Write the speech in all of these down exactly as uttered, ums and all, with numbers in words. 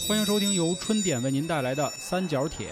欢迎收听由春点为您带来的三角铁。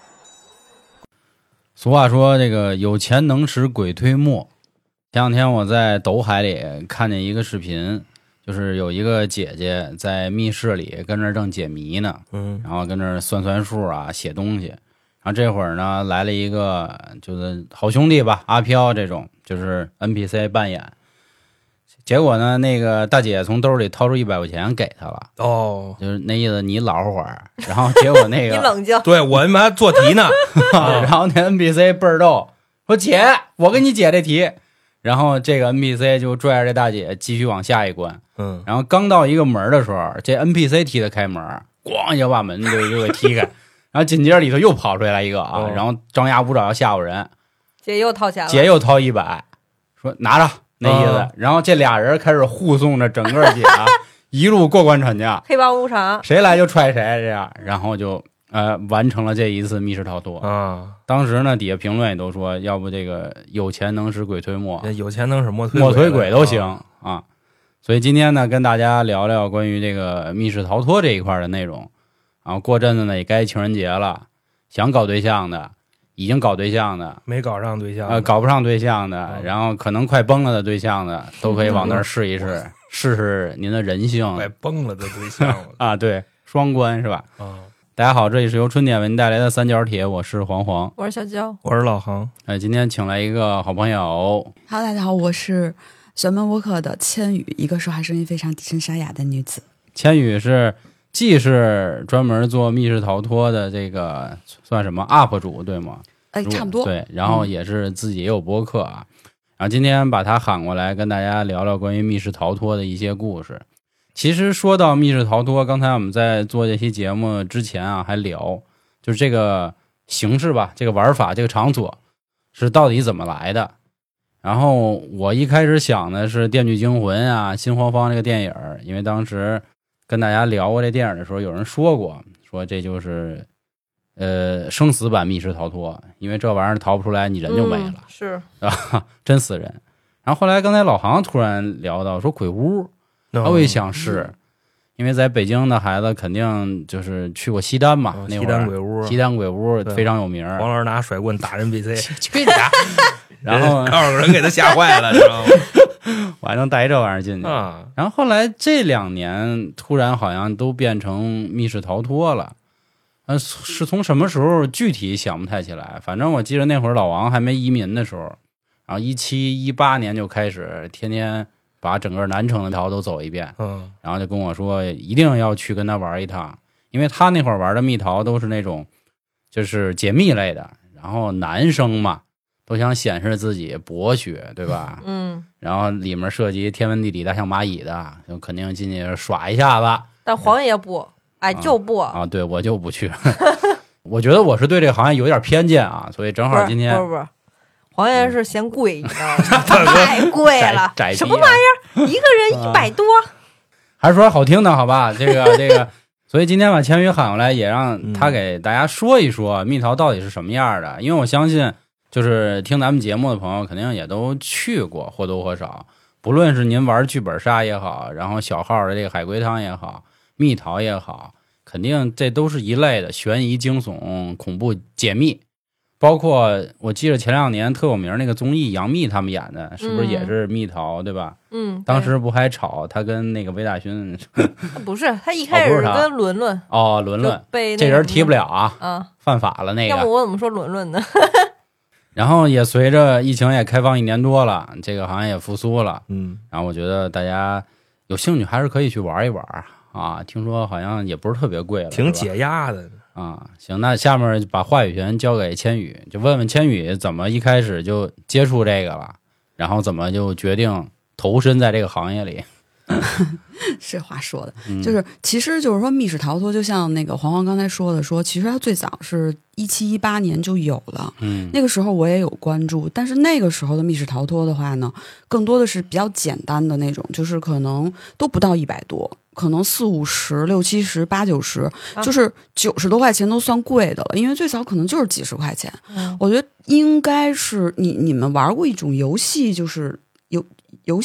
俗话说这个有钱能使鬼推磨。前两天我在斗海里看见一个视频，就是有一个姐姐在密室里跟那正解谜呢，嗯，然后跟那算算数啊，写东西。然后这会儿呢来了一个就是好兄弟吧，阿飘这种，就是 N P C 扮演。结果呢，那个大姐从兜里掏出一百块钱给他了，哦，就是那意思你老实会儿。然后结果那个你冷静， 对我他妈做题呢， 然后那 N P C 倍儿逗，说姐，我给你解这题。然后这个 N P C 就拽着这大姐继续往下一关，嗯，然后刚到一个门的时候，这 N P C 踢的开门，咣一下把门就就给踢开，然后紧接着里头又跑出来一个啊，哦、然后张牙舞爪要吓唬人， 姐又掏钱了， 姐又掏一百，说拿着。那意思，然后这俩人开始护送着整个姐啊一路过关斩将， 黑帮无常， 谁来就踹谁这样，然后就呃完成了这一次密室逃脱啊。当时呢，底下评论也都说，要不这个有钱能使鬼推磨， 有钱能使磨推磨推鬼都行啊。所以今天呢，跟大家聊聊关于这个密室逃脱这一块的内容。然后过阵子呢，也该情人节了，想搞对象的。已经搞对象的， 没搞上对象的， 呃，搞不上对象的，嗯、然后可能快崩了的对象的，都可以往那儿试一试，试试您的人性。 快崩了的对象了啊，对，双关是吧？啊、嗯，大家好，这里是由春点为您带来的三角铁，我是黄黄， 我是小娇， 我是老航。 哎，今天请来一个好朋友。 哈喽，大家好，我是玄门沃克的千羽，一个说话声音非常低沉沙哑的女子。 千羽是。既是专门做密室逃脱的这个算什么 U P 主对吗？ 哎，差不多。 对，然后也是自己也有播客啊。嗯、然后今天把他喊过来跟大家聊聊关于密室逃脱的一些故事。其实说到密室逃脱，刚才我们在做这期节目之前啊，还聊就是这个形式吧，这个玩法，这个场所是到底怎么来的。然后我一开始想的是《电锯惊魂》啊，新黄方这个电影，因为当时。跟大家聊过这电影的时候，有人说过，说这就是呃生死版密室逃脱，因为这玩意儿逃不出来，你人就没了， 嗯、是啊，真死人。然后后来刚才老航突然聊到说鬼屋，那我一想是，因为在北京的孩子肯定就是去过西单嘛， 哦、 那西单鬼屋， 西单鬼屋非常有名。 黄老师拿甩棍打人 P C， 去你家！然后二个人给他吓坏了，知道吗？ 我还能带这玩意儿进去啊！ 然后后来这两年突然好像都变成密室逃脱了，呃，是从什么时候具体想不太起来。反正我记得那会儿老王还没移民的时候，然后一七一八年就开始天天把整个南城的条都走一遍，嗯，然后就跟我说一定要去跟他玩一趟，因为他那会儿玩的密逃都是那种就是解密类的，然后男生嘛。都想显示自己博学，对吧？嗯，然后里面涉及天文地理、大象蚂蚁的，就肯定进去耍一下子。 但黄爷不，哎，就不啊，啊对我就不去。我觉得我是对这个行业有点偏见啊，所以正好今天不是不是，黄爷是嫌贵，你知道吗？太贵了，什么玩意儿？一个人一百多， 还是说好听的好吧？这个这个。所以今天把千羽喊过来，也让他给大家说一说密逃到底是什么样的，因为我相信。就是听咱们节目的朋友肯定也都去过，或多或少，不论是您玩剧本杀也好，然后小号的这个海龟汤也好，密逃也好，肯定这都是一类的悬疑、惊悚、恐怖、解密。包括我记得前两年特有名那个综艺杨幂他们演的，是不是也是密逃，嗯、对吧？ 嗯， 当时不还吵他跟那个魏大勋？ 不是，他一开始跟伦伦哦，伦伦被这人提不了啊， 啊， 犯法了那个。 要不我怎么说伦伦呢？ 然后也随着疫情也开放一年多了，这个行业也复苏了，嗯，然后我觉得大家有兴趣还是可以去玩一玩啊。听说好像也不是特别贵了， 挺解压的啊。行，那下面把话语权交给千羽，就问问千羽怎么一开始就接触这个了，然后怎么就决定投身在这个行业里。 是话说的，就是其实就是说密室逃脱，就像那个黄黄刚才说的，说其实它最早是一七一八年就有了，嗯，那个时候我也有关注，但是那个时候的密室逃脱的话呢，更多的是比较简单的那种，就是可能都不到一百多，可能四五十、六七十、八九十，就是九十多块钱都算贵的了，因为最早可能就是几十块钱。嗯、我觉得应该是你你们玩过一种游戏，就是游游戏。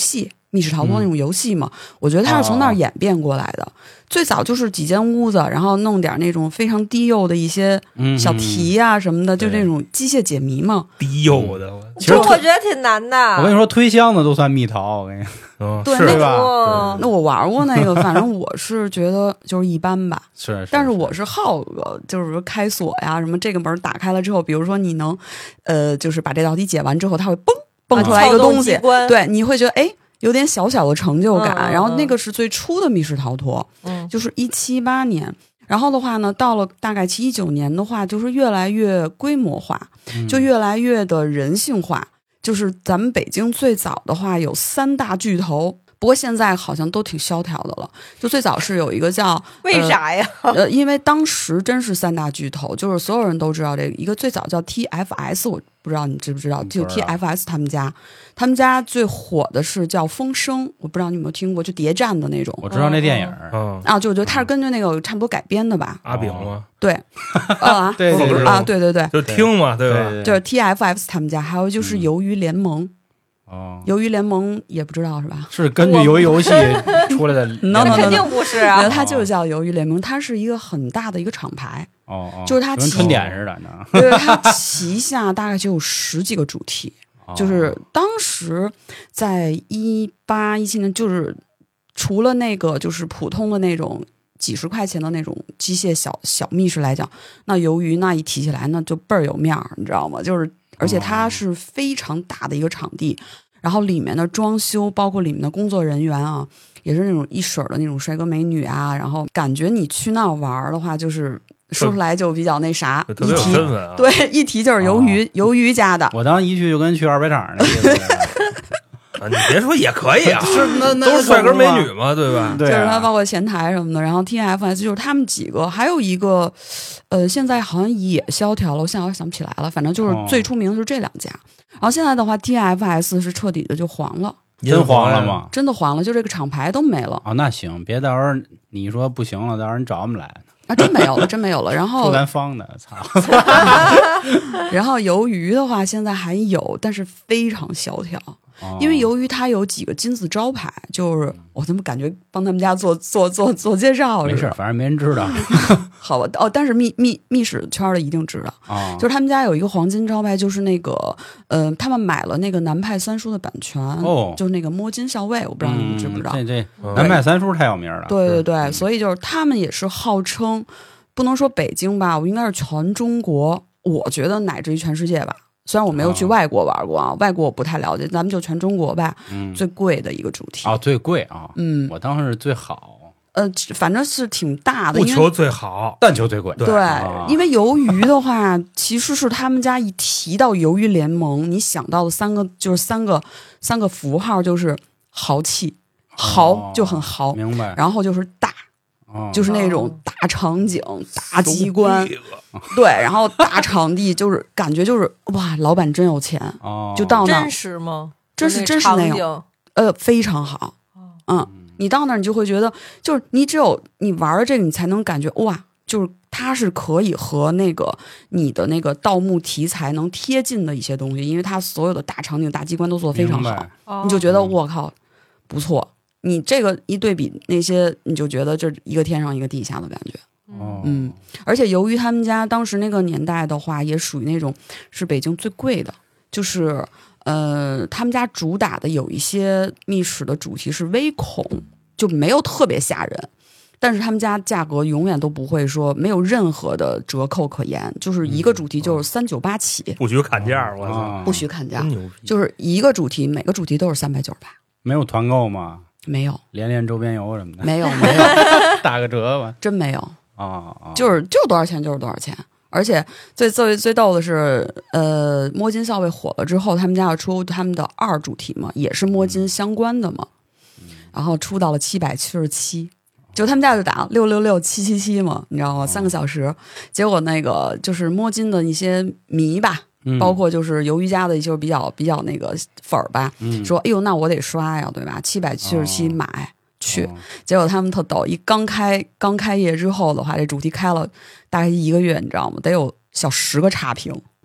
密室逃脱那种游戏嘛，嗯、我觉得它是从那儿演变过来的。哦、最早就是几间屋子，然后弄点那种非常低幼的一些小题啊什么的，嗯、就那种机械解谜嘛。 低幼的， 其实我觉得挺难的。 我跟你说，推箱子都算密逃，我跟你说。 嗯， 对， 是吧？ 哦、 那我玩过那个，反正我是觉得就是一般吧。 是，是但是我是好个，就是说开锁呀，什么这个门打开了之后，比如说你能，呃，就是把这道题解完之后，它会嘣蹦出来一个东西，对，你会觉得哎，有点小小的成就感。嗯、然后那个是最初的密室逃脱，嗯，就是一七八年。然后的话呢，到了大概七一九年的话，就是越来越规模化，就越来越的人性化。就是咱们北京最早的话有三大巨头，不过现在好像都挺萧条的了。就最早是有一个叫为啥呀？ 呃，因为当时真是三大巨头，就是所有人都知道这个。一个最早叫 T F S， 我不知道你知不知道，就 T F S 他们家，他们家最火的是叫风声，我不知道你有没有听过，就谍战的那种。 我知道那电影， 嗯啊，就我觉得它是根据那个差不多改编的吧。 阿炳吗？ 对，啊， 对对对啊，对对对， 就听嘛，对吧？ 就是 T F S 他们家，还有就是鱿鱼联盟。 哦， 鱿鱼联盟也不知道是吧？ 是根据鱿鱼游戏出来的 ？No no no， 肯定不是啊， 它就叫鱿鱼联盟，它是一个很大的一个厂牌。 哦哦， 就是它跟春点似的呢。 对，它旗下大概就有十几个主题。哦、就是当时在一八一七年，就是除了那个就是普通的那种几十块钱的那种机械小小密室来讲，那鱿鱼那一提起来那就倍儿有面儿，你知道吗？就是。而且它是非常大的一个场地，然后里面的装修，包括里面的工作人员啊，也是那种一水的那种帅哥美女啊，然后感觉你去那玩的话，就是说出来就比较那啥， 特别有身份啊。 对，一提就是鱿鱼，哦、鱿鱼家的。 我当时一去就跟去二百场那意思。 啊，你别说也可以啊， 是那那都是帅哥美女嘛，对吧？ 对、啊， 就是它包括前台什么的，然后 T F S 就是他们几个，还有一个，呃，现在好像也萧条了，我现在想不起来了，反正就是最出名的是这两家。哦、然后现在的话 ，T F S 是彻底的就黄了， 真黄了吗？ 真的黄了，就这个厂牌都没了。 哦，那行，别到时候你说不行了，到时候你找我们来。 啊，真没有了，真没有了。然后咱方的，操！ 然后鱿鱼的话，现在还有，但是非常萧条。因为由于它有几个金字招牌，就是我怎么感觉帮他们家做做做做介绍， 没事，反正没人知道。 好吧，哦，但是密密密室圈的一定知道，哦、就是他们家有一个黄金招牌，就是那个呃，他们买了那个南派三叔的版权，哦，就是那个摸金校尉，我不知道你们知不知道？ 嗯、这这南派三叔太有名了。 对对对，嗯、所以就是他们也是号称，不能说北京吧，我应该是全中国，我觉得乃至于全世界吧。虽然我没有去外国玩过啊，哦、外国我不太了解，咱们就全中国吧。嗯，最贵的一个主题啊、哦，最贵啊， 嗯， 我当时是最好， 呃，反正是挺大的， 不求最好， 但求最贵。 对，对啊、因为鱿鱼的话，其实是他们家一提到鱿鱼联盟，你想到的三个就是三个三个符号，就是豪气，豪、哦、就很豪， 明白， 然后就是大。就是那种大场景、大机关，对，然后大场地，就是感觉就是哇，老板真有钱， 哦、 就到那真实吗？ 真是真是那样，呃，非常好，嗯，你到那儿你就会觉得，就是你只有你玩了这个，你才能感觉哇，就是它是可以和那个你的那个盗墓题材能贴近的一些东西，因为它所有的大场景、大机关都做得非常好，你就觉得我靠，不错。你这个一对比那些，你就觉得这一个天上一个地下的感觉。 哦， 嗯，而且由于他们家当时那个年代的话，也属于那种是北京最贵的，就是呃，他们家主打的有一些密室的主题是微恐，就没有特别吓人，但是他们家价格永远都不会说没有任何的折扣可言，就是一个主题就是三九八起， 不许砍价，我操， 不许砍价， 牛逼， 就是一个主题，每个主题都是三百九十八， 没有团购吗？ 没有， 连连周边游什么的， 没有没有， 打个折吧， 真没有啊、哦， 就是就是多少钱就是多少钱，而且最最最逗的是，呃，摸金校尉火了之后，他们家要出他们的二主题嘛，也是摸金相关的嘛，嗯、然后出到了七百七十七，就他们家就打六六六七七七嘛，你知道吗？三个小时，结果那个就是摸金的一些迷吧。 嗯、 包括就是鱿鱼家的，就是比较比较那个粉儿吧，嗯、说哎呦，那我得刷呀，对吧？七百七十七买、哦、去，结果他们特逗，一刚开刚开业之后的话，这主题开了大概一个月，你知道吗？得有小十个差评，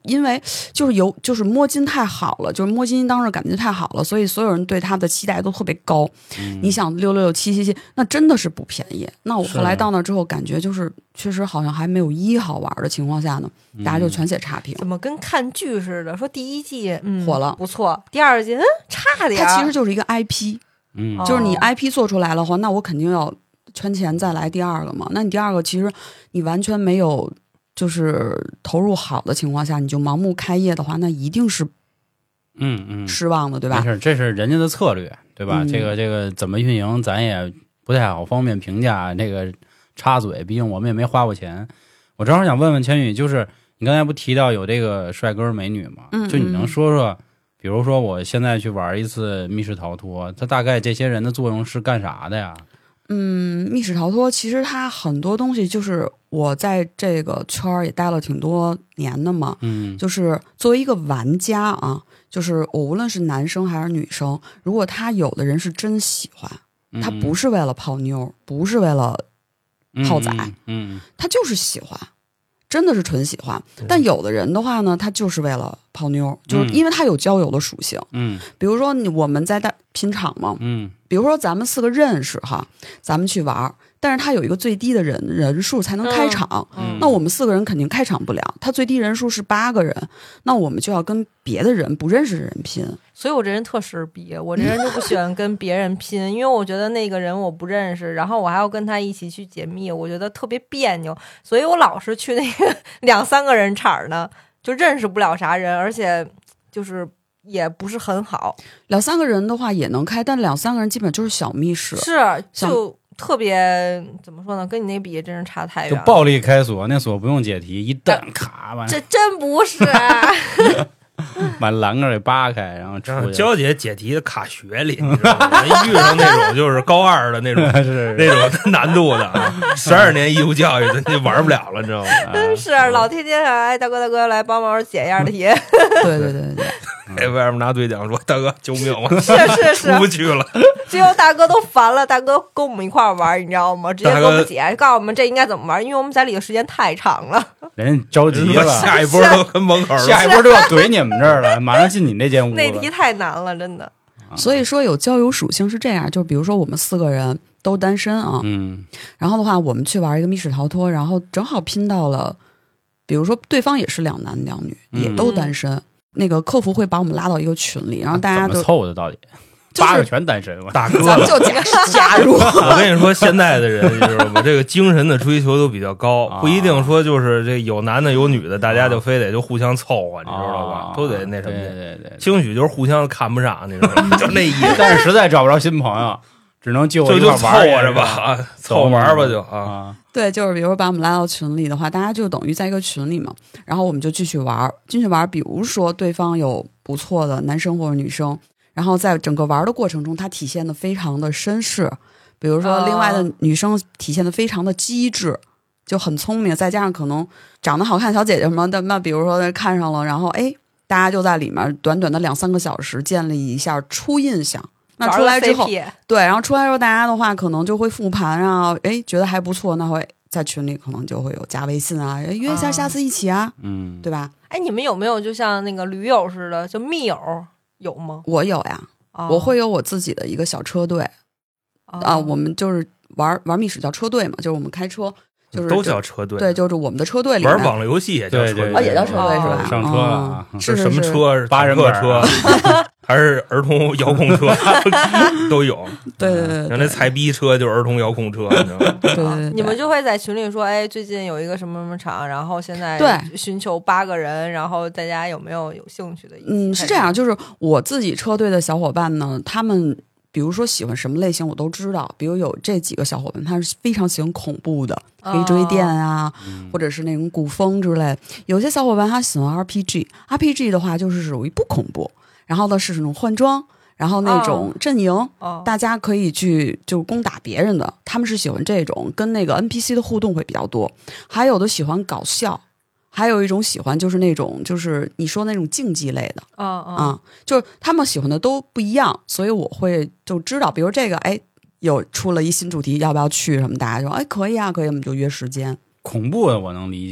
因为就是有就是摸金太好了，就是摸金当时感觉太好了，所以所有人对他的期待都特别高。嗯、你想六六六七七七，那真的是不便宜。那我后来到那之后，感觉就是确实好像还没有一好玩的情况下呢，大家就全写差评。 怎么跟看剧似的？说第一季嗯火了不错，第二季嗯差点。 它其实就是一个 I P， 嗯， 就是你 I P 做出来的话，那我肯定要圈钱再来第二个嘛。那你第二个其实你完全没有就是投入好的情况下，你就盲目开业的话，那一定是嗯嗯失望的，对吧？ 没事，这是人家的策略，对吧？ 嗯、 这个这个怎么运营，咱也不太好方便评价。这个插嘴，毕竟我们也没花过钱。我正好想问问千羽，就是你刚才不提到有这个帅哥美女吗？ 嗯， 就你能说说，比如说我现在去玩一次密室逃脱，它大概这些人的作用是干啥的呀？ 嗯，密室逃脱其实它很多东西就是我在这个圈儿也待了挺多年的嘛， 嗯， 就是作为一个玩家啊，就是我无论是男生还是女生，如果他有的人是真喜欢，他不是为了泡妞，不是为了泡仔， 嗯，嗯他就是喜欢，真的是纯喜欢。但有的人的话呢，他就是为了泡妞，就是因为他有交友的属性。 嗯， 比如说你我们在大拼场嘛， 嗯， 比如说咱们四个认识哈，咱们去玩，但是他有一个最低的人人数才能开场， 嗯、 那我们四个人肯定开场不了，他最低人数是八个人，那我们就要跟别的人不认识的人拼。 所以我这人特实逼，我这人就不喜欢跟别人拼，因为我觉得那个人我不认识，然后我还要跟他一起去解密，我觉得特别别扭，所以我老是去那个两三个人场呢，就认识不了啥人，而且就是也不是很好。 两三个人的话也能开，但两三个人基本就是小密室， 是就特别怎么说呢？跟你那比真是差太远了。 就暴力开锁，那锁不用解题，一蹬卡完。 这真不是。 把栏杆给扒开，然后出去娇姐解题的卡学里，你知道吗？遇上那种就是高二的那种是那种难度的啊，十二年义务教育的就玩不了了，你知道吗？ 真是老天天哎，大哥大哥来帮忙解一下题。 对对对对， 哎，外面拿对讲说大哥救命我是是是， 出不去了。 最后大哥都烦了，大哥跟我们一块玩，你知道吗？直接给我们解，告诉我们这应该怎么玩，因为我们在里的时间太长了。 人家着急了， 下一波都跟门口， 下一波都要怼你们这儿了，马上进你那间屋了。 那题太难了，真的。 所以说有交友属性是这样，就比如说我们四个人都单身啊， 嗯， 然后的话我们去玩一个密室逃脱，然后正好拼到了，比如说对方也是两男两女， 嗯、 也都单身、嗯，那个客服会把我们拉到一个群里，然后大家就、啊、凑的到底。 就是、 八个全单身， 大哥咱们就加加入。 我跟你说，现在的人你知道吗？这个精神的追求都比较高，不一定说就是这有男的有女的，大家就非得就互相凑合，你知道吧？都得那什么， 对对对， 兴许就是互相看不上，你知道吗？就那意思。 但是实在找不着新朋友，只能就就就凑合着吧，凑合玩吧就啊。 对，就是比如说把我们拉到群里的话，大家就等于在一个群里嘛，然后我们就继续玩，继续玩。比如说对方有不错的男生或者女生。然后在整个玩的过程中，它体现的非常的绅士，比如说另外的女生体现的非常的机智，就很聪明，再加上可能长得好看小姐姐什么的，那比如说看上了，然后哎，大家就在里面短短的两三个小时建立一下初印象。那出来之后，对，然后出来之后大家的话可能就会复盘啊，哎，觉得还不错，那会在群里可能就会有加微信啊，约一下下次一起啊，嗯，对吧？ 哎，你们有没有就像那个驴友似的，就密友？有吗？ 我有呀、哦，我会有我自己的一个小车队、哦、啊。我们就是玩玩密室叫车队嘛，就是我们开车，就是都叫车队。 对，就是我们的车队里玩网络游戏也叫车队， 啊、哦，也叫车队、哦、是吧？ 上车了、啊嗯，是什么车？ 八人车还是儿童遥控车都有。 对对对， 像那菜逼车就是儿童遥控车，你知道吗？ 对对对， 你们就会在群里说，哎，最近有一个什么什么场，然后现在对寻求八个人，然后大家有没有有兴趣的？ 嗯，是这样，就是我自己车队的小伙伴呢，他们比如说喜欢什么类型我都知道，比如有这几个小伙伴他是非常喜欢恐怖的，黑追电啊、哦、或者是那种古风之类，有些小伙伴他喜欢 R P G， R P G 的话就是属于不恐怖，然后呢是那种换装，然后那种阵营、哦、大家可以去就攻打别人的，他们是喜欢这种跟那个 N P C 的互动会比较多，还有的喜欢搞笑，还有一种喜欢就是那种就是你说那种竞技类的啊啊、 哦嗯， 就是他们喜欢的都不一样，所以我会就知道，比如这个哎有出了一新主题，要不要去什么，大家就哎可以啊可以，我们就约时间。 恐怖的我能理解，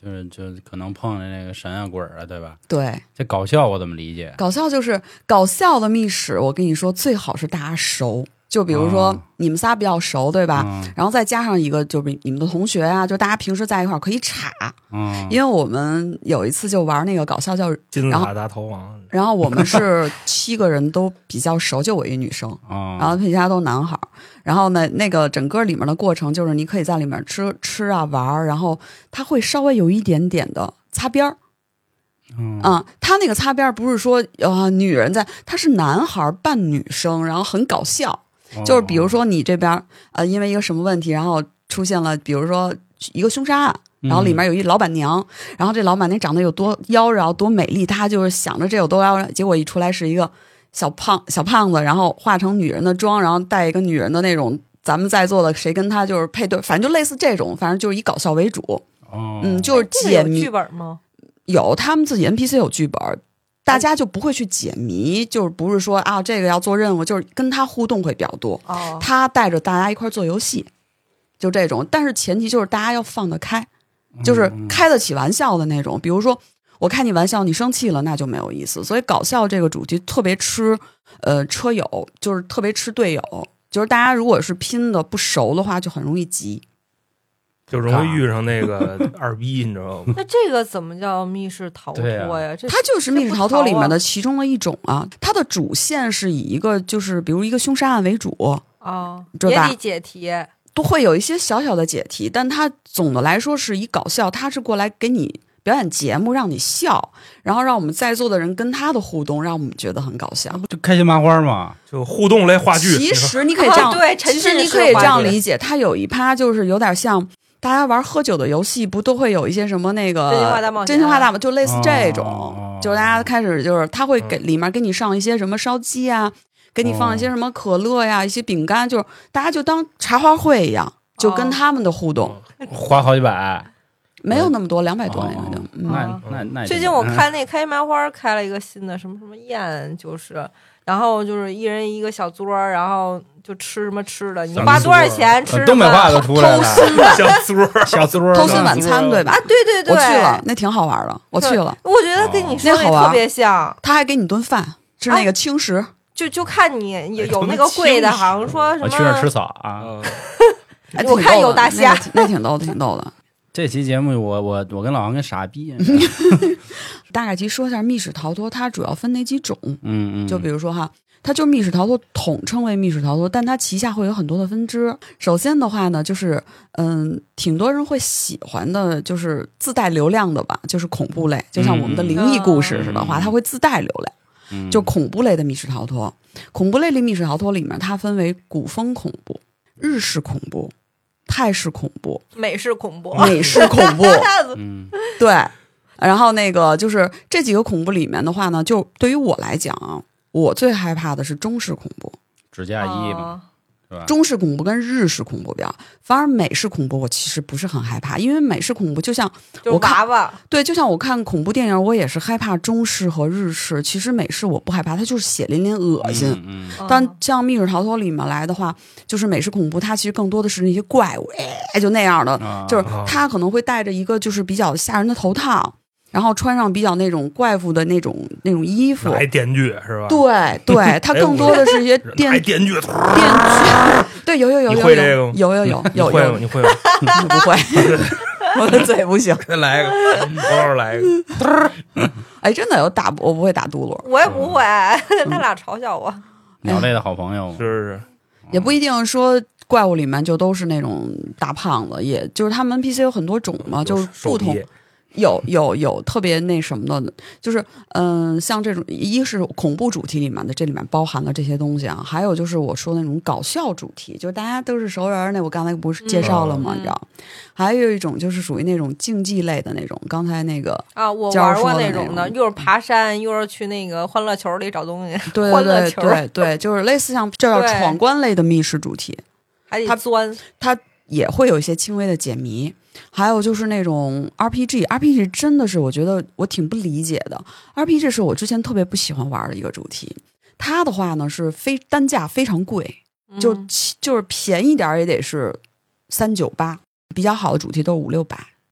就是就可能碰见那个神啊鬼啊，对吧？ 对， 这搞笑我怎么理解？ 搞笑就是搞笑的密室，我跟你说，最好是大家熟。就比如说、 哦、 你们仨比较熟，对吧、 嗯？ 然后再加上一个，就是你们的同学啊，就大家平时在一块儿可以插。 嗯， 因为我们有一次就玩那个搞笑叫金字塔大头王， 然后我们是七个人都比较熟，就我一女生， 哦、 然后其他都男孩。然后呢，那个整个里面的过程就是你可以在里面吃吃啊玩，然后它会稍微有一点点的擦边儿。 嗯， 啊，他那个擦边不是说呃女人在，他是男孩扮女生，然后很搞笑。就是比如说你这边呃因为一个什么问题，然后出现了比如说一个凶杀案，然后里面有一老板娘、嗯、然后这老板娘长得有多妖娆多美丽，她就是想着这有多妖娆，结果一出来是一个小胖小胖子，然后化成女人的妆，然后戴一个女人的那种，咱们在座的谁跟他就是配对，反正就类似这种，反正就是以搞笑为主。 哦， 嗯，就是解谜、 这个有剧本吗？ 有，他们自己 N P C 有剧本，大家就不会去解谜，就是不是说啊这个要做任务，就是跟他互动会比较多。 哦， 他带着大家一块做游戏，就这种，但是前提就是大家要放得开，就是开得起玩笑的那种。比如说我开你玩笑，你生气了，那就没有意思。所以搞笑这个主题特别吃呃车友，就是特别吃队友，就是大家如果是拼的不熟的话，就很容易急。 就容易遇上那个二逼，你知道吗？ 那这个怎么叫密室逃脱呀？ 啊、 这它就是密室逃脱里面的其中的一种啊。它的主线是以一个就是比如一个凶杀案为主啊， 对吧？ 也得解题， 都会有一些小小的解题，但它总的来说是以搞笑，它是过来给你表演节目，让你笑，然后让我们在座的人跟他的互动，让我们觉得很搞笑。 就开心麻花嘛， 就互动类话剧。 其实你可以这样， 哦、对， 其实你可以这样理解，它有一趴就是有点像。大家玩喝酒的游戏不都会有一些什么那个真心话大冒险， 真心话大冒险就类似这种， 哦、 就是大家开始就是他会给、嗯、里面给你上一些什么烧鸡啊，给你放一些什么可乐呀，哦、一些饼干，就是大家就当茶话会一样，就跟他们的互动， 哦、花好几百， 没有那么多，两百多那个就。 哦嗯、那那那最近我看那开心麻花开了一个新的什么什么宴，就是。然后就是一人一个小桌，然后就吃什么吃的，你花多少钱吃什么？ 东北话都出来了， 小桌小桌， 偷孙晚餐对吧？ 啊，对对对， 我去了，那挺好玩的，我去了。 我觉得跟你说的特别像， 他还给你顿饭，是那个轻食， 啊、就就看你有有那个贵的，好像说什么。 我去那吃草啊， 我看有大虾， 那挺逗的，挺逗的。 这期节目我我我跟老王跟傻逼。 大概其说一下密室逃脱，它主要分哪几种？ 嗯嗯， 就比如说哈，它就是密室逃脱，统称为密室逃脱，但它旗下会有很多的分支。首先的话呢，就是嗯，挺多人会喜欢的，就是自带流量的吧，就是恐怖类，就像我们的灵异故事似的话， 嗯、 它会自带流量。 嗯、 就恐怖类的密室逃脱，恐怖类的密室逃脱里面，它分为古风恐怖、日式恐怖、泰式恐怖、 美式恐怖、 美式恐怖。 嗯， 对。然后那个就是这几个恐怖里面的话呢，就对于我来讲啊，我最害怕的是中式恐怖， 只加一嘛，是吧？ 中式恐怖跟日式恐怖比较，反而美式恐怖我其实不是很害怕，因为美式恐怖就像我看娃娃， 对，就像我看恐怖电影，我也是害怕中式和日式，其实美式我不害怕，它就是血淋淋恶心。 嗯嗯、但像密室逃脱里面来的话，就是美式恐怖，它其实更多的是那些怪物，哎，就那样的， 啊、 就是它可能会戴着一个就是比较吓人的头套。然后穿上比较那种怪物的那种那种衣服， 还电锯是吧？ 对对，它更多的是一些电电锯，电锯，对，有有有有有有有有有有， 会吗？你会吗？ 不会，我的嘴不行。 来一个，偶尔来一个。 哎，真的有打，我不会打嘟噜， 我也不会，他俩嘲笑我。 鸟类的好朋友， 是是， 也不一定说怪物里面就都是那种大胖子，也就是他们 N P C 有很多种嘛，就是不同。有有有特别那什么的，就是嗯、呃，像这种，一是恐怖主题里面的，这里面包含了这些东西啊，还有就是我说的那种搞笑主题，就是大家都是熟人，那我刚才不是介绍了吗？ 嗯、 你知道，还有一种就是属于那种竞技类的那种，刚才那个啊，我玩过那种的， 又是爬山，又是去那个欢乐球里找东西， 对欢乐球， 对对，就是类似像这叫闯关类的密室主题， 还得钻， 它也会有一些轻微的解谜。还有就是那种 R P G，R P G 真的是我觉得我挺不理解的。R P G 是我之前特别不喜欢玩的一个主题，它的话呢是非单价非常贵，就、嗯、就是便宜点也得是三九八，比较好的主题都是五六百。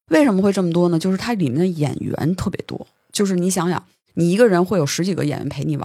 为什么会这么多呢？就是它里面的演员特别多，就是你想想，你一个人会有十几个演员陪你玩。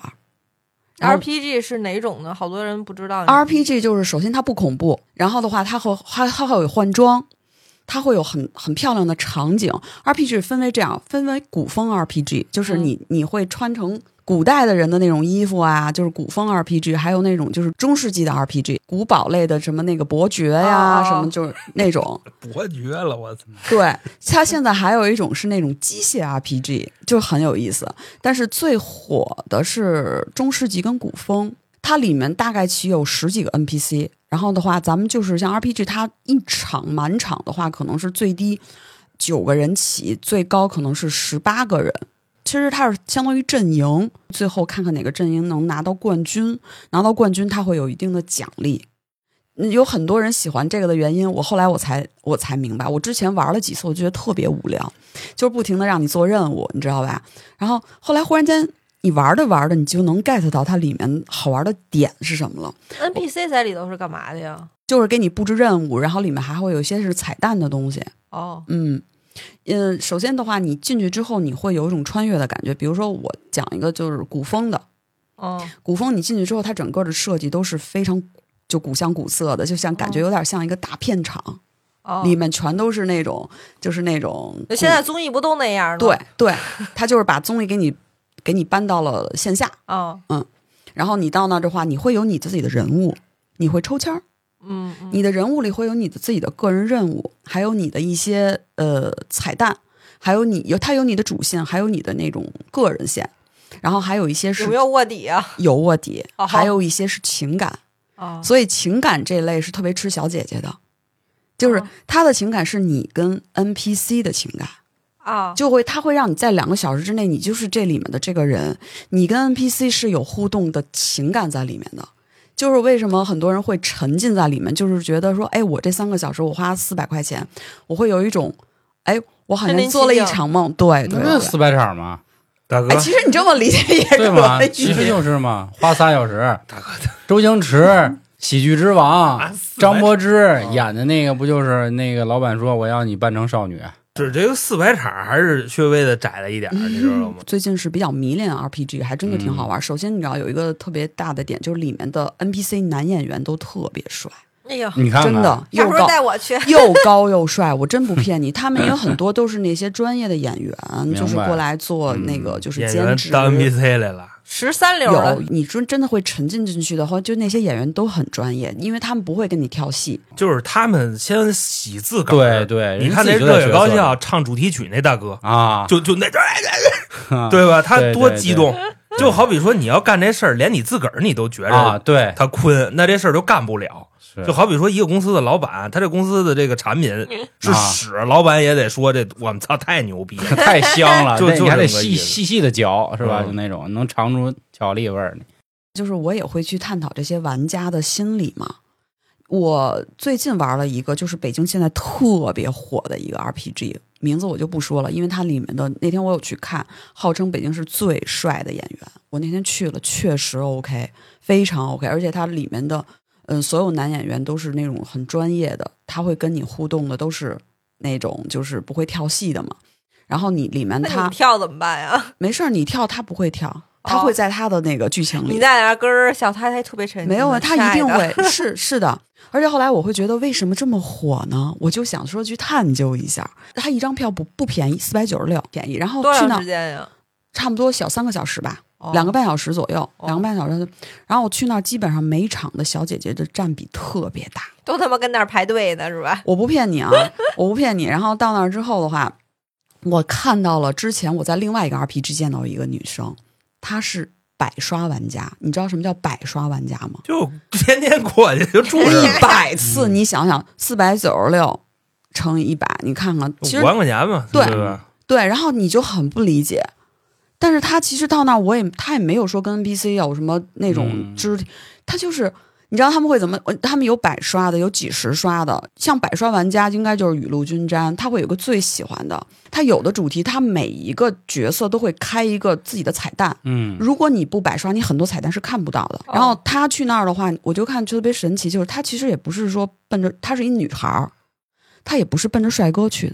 R P G 是哪种呢？好多人不知道。 R P G 就是首先它不恐怖，然后的话它会它它会有换装，它会有很很漂亮的场景。R P G 分为这样，分为古风 R P G， 就是你、嗯、你会穿成古代的人的那种衣服啊，就是古风 R P G， 还有那种就是中世纪的 R P G， 古堡类的什么那个伯爵呀、哦、什么就是那种伯爵了，我操！ 对，它现在还有一种是那种机械 R P G， 就很有意思。但是最火的是中世纪跟古风，它里面大概其有十几个 N P C。然后的话，咱们就是像 R P G， 它一场满场的话，可能是最低九个人起，最高可能是十八个人。其实它是相当于阵营，最后看看哪个阵营能拿到冠军，拿到冠军它会有一定的奖励。有很多人喜欢这个的原因，我后来我才我才明白，我之前玩了几次，我觉得特别无聊，就是不停的让你做任务，你知道吧？然后后来忽然间你玩着玩着，你就能 get 到它里面好玩的点是什么了。 N P C 在里头是干嘛的呀？ 就是给你布置任务，然后里面还会有一些是彩蛋的东西。 哦， 嗯。嗯，首先的话，你进去之后，你会有一种穿越的感觉。比如说，我讲一个就是古风的， 哦， 古风你进去之后，它整个的设计都是非常就古香古色的，就像感觉有点像一个大片场， 哦， 里面全都是那种就是那种。 现在综艺不都那样吗？ 对对，它就是把综艺给你给你搬到了线下， 哦， 嗯，然后你到那的话，你会有你自己的人物，你会抽签儿。 嗯，嗯， 你的人物里会有你的自己的个人任务，还有你的一些呃彩蛋，还有你有它有你的主线，还有你的那种个人线，然后还有一些是有没有卧底啊？ 有卧底， 哦， 还有一些是情感， 哦， 所以情感这类是特别吃小姐姐的，就是她的情感是你跟 N P C 的情感啊， 就会它会让你在两个小时之内，你就是这里面的这个人，你跟 N P C 是有互动的情感在里面的。就是为什么很多人会沉浸在里面，就是觉得说，哎，我这三个小时我花四百块钱，我会有一种，哎，我好像做了一场梦。对对， 那四百场吗？ 大哥， 哎，其实你这么理解也可以， 对吗？其实就是嘛，花仨小时。 大哥， 周星驰喜剧之王，张柏芝演的那个不就是那个老板说我要你扮成少女？ 是这个四百场还是稍微的窄了一点，嗯、你知道吗？ 最近是比较迷恋 R P G， 还真的挺好玩。嗯、首先，你知道有一个特别大的点，就是里面的 N P C 男演员都特别帅。 哎呀， 你看看， 真的又高带我去， 又高又帅，我真不骗你。他们有很多都是那些专业的演员，就是过来做那个就是兼职， 当 N P C 来了。 十三流的， 有你真真的会沉浸进去的话，就那些演员都很专业，因为他们不会跟你跳戏， 就是他们先洗自个儿。对对， 你看那热血高校唱主题曲那大哥啊， 就就那对吧？他多激动，对对对，就好比说你要干这事儿，连你自个儿你都觉着啊，对他困，那这事儿就干不了。就好比说一个公司的老板，他这公司的这个产品是屎，啊、老板也得说这我们操太牛逼了， 太香了， 就你还得细细细的嚼，是吧？ 嗯、 就那种能尝出巧克力味儿。 就是我也会去探讨这些玩家的心理嘛。我最近玩了一个，就是北京现在特别火的一个 R P G， 名字我就不说了，因为它里面的那天我有去看，号称北京是最帅的演员。我那天去了，确实 OK， 非常 OK， 而且它里面的。嗯，所有男演员都是那种很专业的，他会跟你互动的都是那种就是不会跳戏的嘛。然后你里面他你跳怎么办呀？ 没事，你跳他不会跳，他会在他的那个剧情里。 你在那跟儿小太太特别沉浸。 没有啊，他一定会是是的。而且后来我会觉得为什么这么火呢？我就想说去探究一下。他一张票不不便宜，四百九十六便宜。然后多长时间呀？ 差不多小三个小时吧。 哦、 两个半小时左右， 哦、 两个半小时，然后我去那儿，基本上每场的小姐姐的占比特别大， 都他妈跟那儿排队呢，是吧？ 我不骗你啊，我不骗你。然后到那儿之后的话，我看到了之前我在另外一个 R P G 见到一个女生，她是百刷玩家，你知道什么叫百刷玩家吗？ 就天天过去就住着一百次，你想想，四百九十六乘以一百，你看看，其实五万块钱嘛， 对对吧？ 对，然后你就很不理解。但是他其实到那儿，我也他也没有说跟 N P C 有什么那种肢体，嗯、他就是你知道他们会怎么？他们有百刷的，有几十刷的。像百刷玩家应该就是雨露均沾，他会有个最喜欢的。他有的主题，他每一个角色都会开一个自己的彩蛋。 嗯， 如果你不百刷，你很多彩蛋是看不到的。然后他去那儿的话，我就看特别神奇，就是他其实也不是说奔着，他是一女孩，他也不是奔着帅哥去的。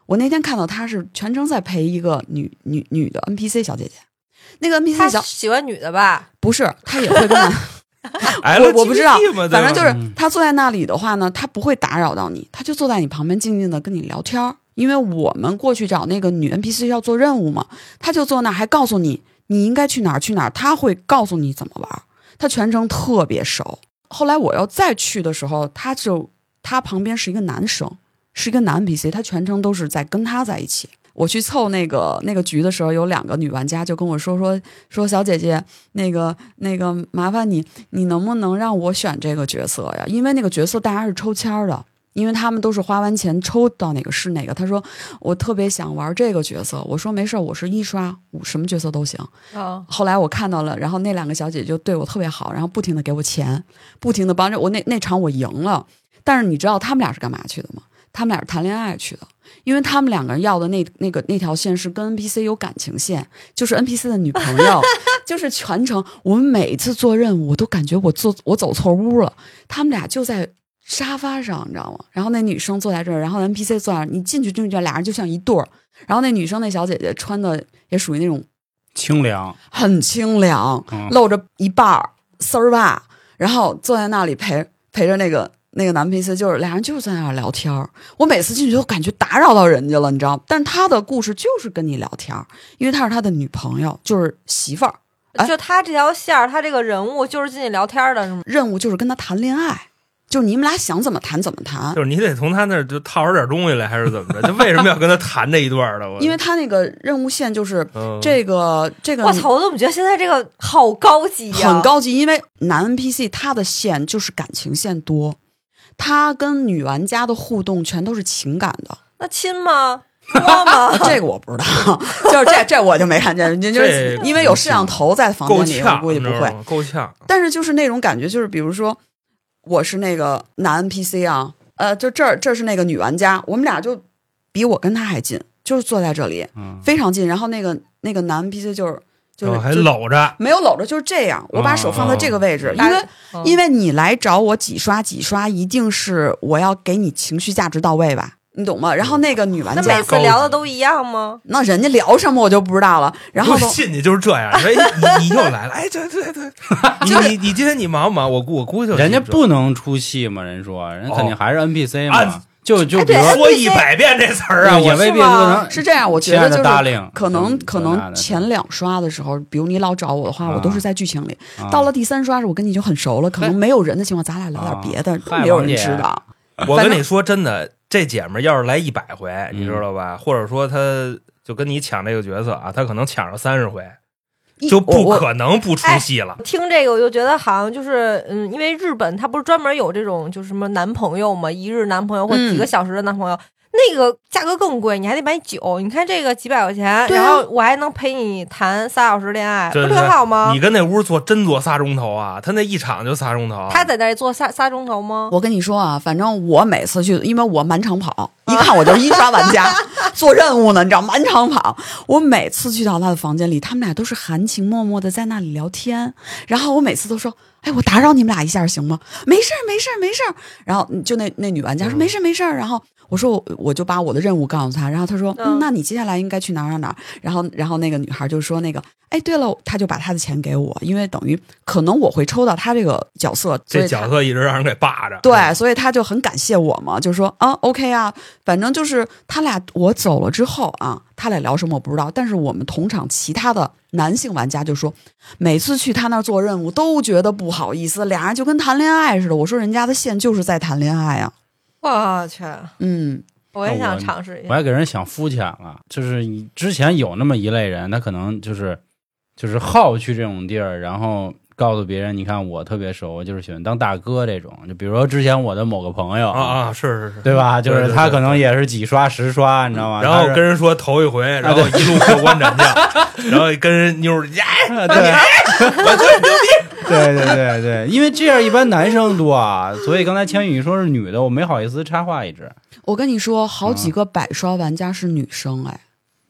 我那天看到他是全程在陪一个女女女的 N P C 小姐姐，那个 N P C 小他喜欢女的吧？ 不是，他也会跟他我我不知道，反正就是他坐在那里的话呢，他不会打扰到你，他就坐在你旁边静静的跟你聊天。因为我们过去找那个女 N P C 要做任务嘛，他就坐那还告诉你你应该去哪儿去哪儿，他会告诉你怎么玩，他全程特别熟。后来我要再去的时候，他就他旁边是一个男生，是一个男 N P C， 他全程都是在跟他在一起。我去凑那个那个局的时候，有两个女玩家就跟我说说说小姐姐，那个那个麻烦你，你能不能让我选这个角色呀？因为那个角色大家是抽签的，因为他们都是花完钱抽到哪个是哪个。他说我特别想玩这个角色，我说没事，我是一刷，我什么角色都行。 哦， 后来我看到了，然后那两个小姐就对我特别好，然后不停的给我钱，不停的帮着我。那那场我赢了，但是你知道他们俩是干嘛去的吗？他们俩是谈恋爱去的，因为他们两个人要的那那个那条线是跟 N P C 有感情线，就是 N P C 的女朋友，就是全程我们每一次做任务，我都感觉我做我走错屋了。他们俩就在沙发上，你知道吗？然后那女生坐在这儿，然后 N P C 坐在那儿，你进去进去，俩人就像一对儿。然后那女生那小姐姐穿的也属于那种清凉， 很清凉， 嗯、 露着一半丝儿袜，然后坐在那里陪陪着那个。那个男 N P C 就是俩人就是在那儿聊天，我每次进去都感觉打扰到人家了，你知道吗？但是他的故事就是跟你聊天，因为他是他的女朋友，就是媳妇儿。哎、 就他这条线，他这个人物就是进去聊天的，是吗？ 任务就是跟他谈恋爱，就是你们俩想怎么谈怎么谈。 就是你得从他那儿就套出点东西来，还是怎么着？就为什么要跟他谈这一段的？ 因为他那个任务线就是这个、嗯、这个。 我操！我怎么觉得现在这个好高级呀、啊？ 很高级，因为男 N P C 他的线就是感情线多。他跟女玩家的互动全都是情感的， 那亲吗？摸吗？ 这个我不知道，就是这这我就没看见，就是因为有摄像头在房间里，我估计不会够呛。 但是就是那种感觉，就是比如说我是那个男 N P C 啊，呃，就这儿这是那个女玩家，我们俩就比我跟他还近，就是坐在这里，嗯、非常近。然后那个那个男 N P C 就是。就是还搂着， 没有搂着，就是这样。我把手放在这个位置，哦、因为、哦、因为你来找我几刷几刷，一定是我要给你情绪价值到位吧，你懂吗？然后那个女玩家， 那每次聊的都一样吗？ 那人家聊什么我就不知道了。然后我信你就是这样，哎，你你又来了，哎，对对对，你你你今天你忙不忙？我估我估计人家不能出戏嘛，人说人肯定还是 N P C 嘛。哦就就比如说一百遍这词儿啊， 也未必不能是这样。我觉得就是可能可能前两刷的时候，比如你老找我的话，我都是在剧情里。到了第三刷时，我跟你就很熟了，可能没有人的情况，咱俩聊点别的，没有人知道。 我跟你说真的，这姐们要是来一百回，你知道吧？或者说她就跟你抢这个角色啊，她可能抢上三十回。就不可能不出戏了。 哎、听这个我就觉得好像就是，嗯，因为日本它不是专门有这种就是什么男朋友嘛，一日男朋友或几个小时的男朋友，嗯、那个价格更贵，你还得买酒。你看这个几百块钱，啊、然后我还能陪你谈仨小时恋爱， 对对对， 不挺好吗？ 你跟那屋坐真坐仨钟头啊？他那一场就仨钟头。 他在那坐仨仨钟头吗？ 我跟你说啊，反正我每次去，因为我满场跑。一看我就是一刷玩家，做任务呢，你知道，满场跑。我每次去到他的房间里，他们俩都是含情脉脉的在那里聊天，然后我每次都说：“哎，我打扰你们俩一下行吗？”没事儿，没事儿，没事儿。然后就那那女玩家说：“没事儿，没事儿。”然后我说我：“我就把我的任务告诉他。”然后他说：“嗯，那你接下来应该去哪儿哪儿哪儿。”然后然后那个女孩就说：“那个，哎，对了，他就把他的钱给我，因为等于可能我会抽到他这个角色， 这角色一直让人给霸着。 对，所以他就很感谢我嘛，就说啊 ，OK 啊。”反正就是他俩，我走了之后啊，他俩聊什么我不知道。但是我们同场其他的男性玩家就说，每次去他那儿做任务都觉得不好意思，俩人就跟谈恋爱似的。我说人家的线就是在谈恋爱啊！ 我去， 嗯， 我也想尝试一下。 我还给人想肤浅了，就是之前有那么一类人，他可能就是就是好去这种地儿，然后告诉别人，你看我特别熟，我就是喜欢当大哥这种。就比如说之前我的某个朋友啊啊，是是是， 对吧？就是他可能也是几刷十刷，你知道吗？ 然后跟人说头一回，然后一路过关斩将，然后跟人妞儿哎， 对， 我最牛逼。 对对对对，因为这样一般男生多啊，所以刚才千羽说是女的，我没好意思插话一直。 我跟你说，好几个百刷玩家是女生哎。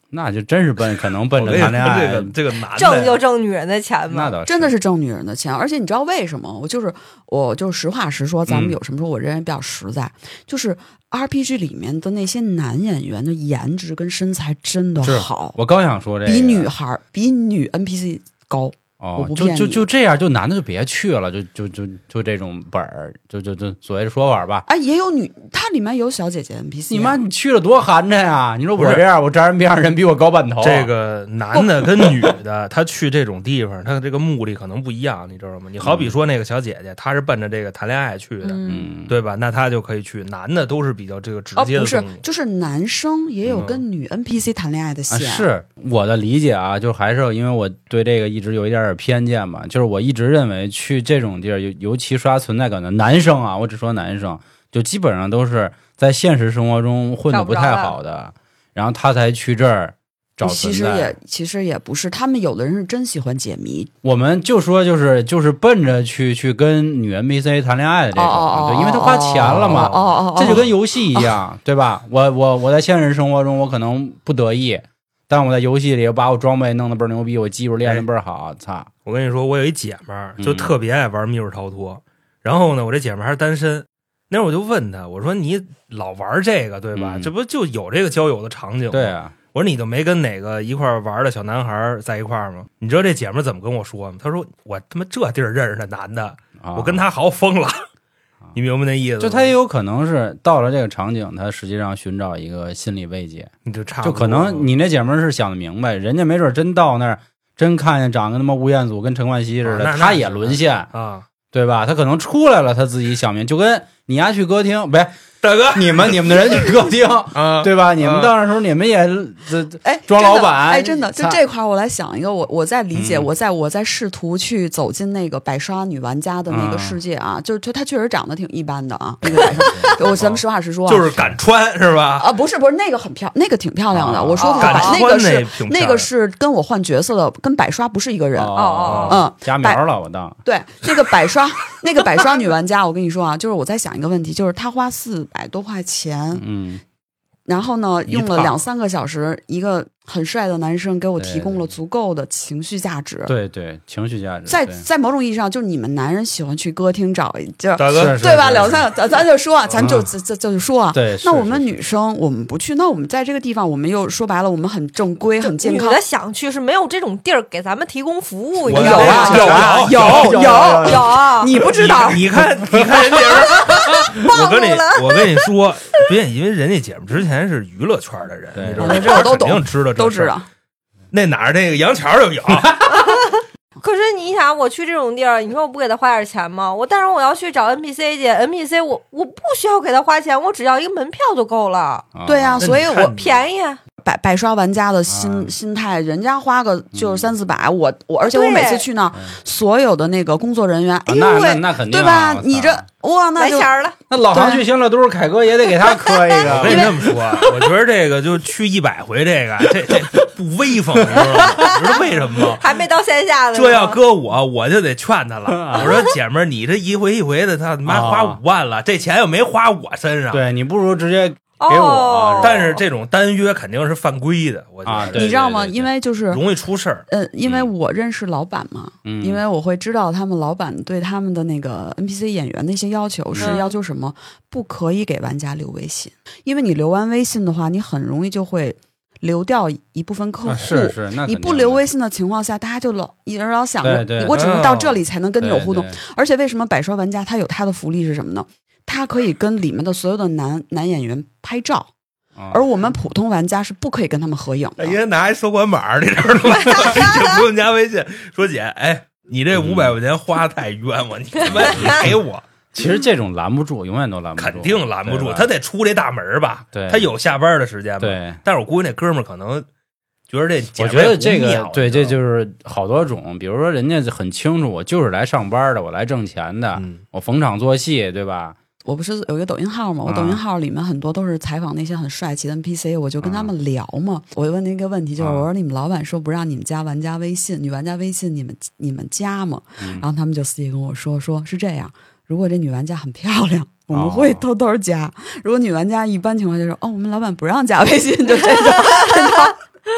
那就真是奔可能奔着谈恋爱。 这个这个男的挣就挣女人的钱嘛， 那倒是真的是挣女人的钱。而且你知道为什么？我就是我就实话实说，咱们有什么说，我认为比较实在，嗯、就是 R P G 里面的那些男演员的颜值跟身材真的好。 我刚想说这个， 比女孩比女 N P C 高。 哦，就就就这样，就男的就别去了，就就就就这种本儿，就就就所谓的说法吧。 啊，也有女，它里面有小姐姐 N P C、啊。 你妈，你去了多寒碜呀！你说我这样，我站人边上人比我高半头。 这个男的跟女的，他去这种地方，他这个目的可能不一样，你知道吗？你好比说那个小姐姐，她是奔着这个谈恋爱去的， 嗯， 对吧？那她就可以去。男的都是比较这个直接的、 哦，不是，就是男生也有跟女 N P C 谈恋爱的线。 啊、是我的理解啊，就还是因为我对这个一直有一点点偏见嘛。就是我一直认为去这种地儿，尤尤其刷存在感的男生啊，我只说男生，就基本上都是在现实生活中混得不太好的，然后他才去这儿找存在。 其实也其实也不是，他们有的人是真喜欢解谜。 我们就说就是就是奔着去去跟女 N P C 谈恋爱的这种， 哦哦哦对，因为他花钱了嘛， 哦哦哦， 这就跟游戏一样，对吧？我我我在现实生活中我可能不得意。但我在游戏里把我装备弄得倍儿牛逼，我技术练得倍儿好，操！ 我跟你说，我有一姐们儿就特别爱玩密室逃脱，嗯、然后呢，我这姐们儿还是单身。那会儿我就问她，我说你老玩这个对吧？嗯、这不就有这个交友的场景吗？ 对啊。 我说你就没跟哪个一块玩的小男孩在一块吗？你知道这姐们儿怎么跟我说吗？她说我他妈这地儿认识的男的，啊、我跟他好疯了。你明白那意思？ 就他也有可能是到了这个场景，他实际上寻找一个心理慰藉。 你就差不多， 就可能你那姐们儿是想得明白，人家没准真到那儿，真看见长得他妈吴彦祖跟陈冠希似的， 啊、 他也沦陷啊， 对吧？他可能出来了，他自己想明，就跟你丫去歌厅，别。 大哥， 你们你们的人去歌厅啊，对吧？你们到那时候你们也这哎装老板， 哎，真的就这块我来想一个，我我在理解， 嗯、 我在我在试图去走进那个百刷女玩家的那个世界啊，嗯、就是就她确实长得挺一般的啊，那个百刷，我咱们实话实说、啊， 就是敢穿是吧？ 啊，不是不是那个很漂，那个挺漂亮的。 啊、 我说的是那个是那个是跟我换角色的，跟百刷不是一个人。 哦哦，嗯，加苗了我当。 对，那个百刷那个百刷女玩家，我跟你说啊，就是我在想一个问题，就是她花四百多块钱。 嗯， 然后呢，用了两三个小时，一个很帅的男生给我提供了足够的情绪价值。 对对，情绪价值。 在在某种意义上，就是你们男人喜欢去歌厅找一就大哥对吧？两三个，咱咱就说，咱就这这就说啊。 对， 那我们女生我们不去，那我们在这个地方，我们又说白了，我们很正规、很健康。 女的想去是没有这种地儿给咱们提供服务。 有啊，有啊，有有有啊， 你不知道？ 你看，你看人家。我跟你我跟你说，别因为人家姐们之前是娱乐圈的人，你知道吗？ 这我都懂， 肯定知道， 都知道。 那哪儿那个杨桥就有。 可是你想，我去这种地儿，你说我不给他花点钱吗？我但是我要去找 N P C 去 ，N P C 我我不需要给他花钱，我只要一个门票就够了。 啊对呀、啊，所以我便宜。 百百刷玩家的心、啊、心态，人家花个就是三四百，嗯、我我而且我每次去那，所有的那个工作人员，哎呦喂， 那那肯定、 对吧？你这哇，那就来钱了。 那老航去新乐都是凯哥也得给他磕一个。 我跟你这么说，我觉得这个就去一百回，这个这这不威风，你知道吗？你知道为什么吗？ 还没到线下呢。 这要搁我，我就得劝他了。我说姐们儿，你这一回一回的，他妈花五万了，这钱又没花我身上。 对你不如直接。给我、 哦， 但是这种单约肯定是犯规的，我觉得、 啊、 你知道吗？因为就是容易出事儿。 呃，因为我认识老板嘛， 嗯， 因为我会知道他们老板对他们的那个 N P C 演员的一些要求是要求什么，嗯、不可以给玩家留微信，因为你留完微信的话，你很容易就会流掉一部分客户。 啊、是是，那你不留微信的情况下，大家就老一人老想着， 对对我只能到这里才能跟你有互动。 对对而且为什么百刷玩家他有他的福利是什么呢？他可以跟里面的所有的男男演员拍照。而我们普通玩家是不可以跟他们合影的， 因为拿一收款码，你知道吗？就不用加微信。说姐，哎，你这五百块钱花太冤枉，你他妈你给我。 其实这种拦不住，永远都拦不住， 肯定拦不住，他得出这大门吧？ 对， 他有下班的时间吧？ 对。 但是我估计那哥们儿可能觉得这， 我觉得这个对，这就是好多种，比如说人家很清楚，我就是来上班的，我来挣钱的， 嗯、 我逢场作戏，对吧？ 我不是有一个抖音号吗？我抖音号里面很多都是采访那些很帅气的 N P C， 我就跟他们聊嘛。我就问那个问题，就是我说你们老板说不让你们加玩家微信，女玩家微信你们你们加吗？ 嗯、 然后他们就私底跟我说，说是这样，如果这女玩家很漂亮，我们会偷偷加；如果女玩家一般情况下说，哦，我们老板不让加微信，就这种。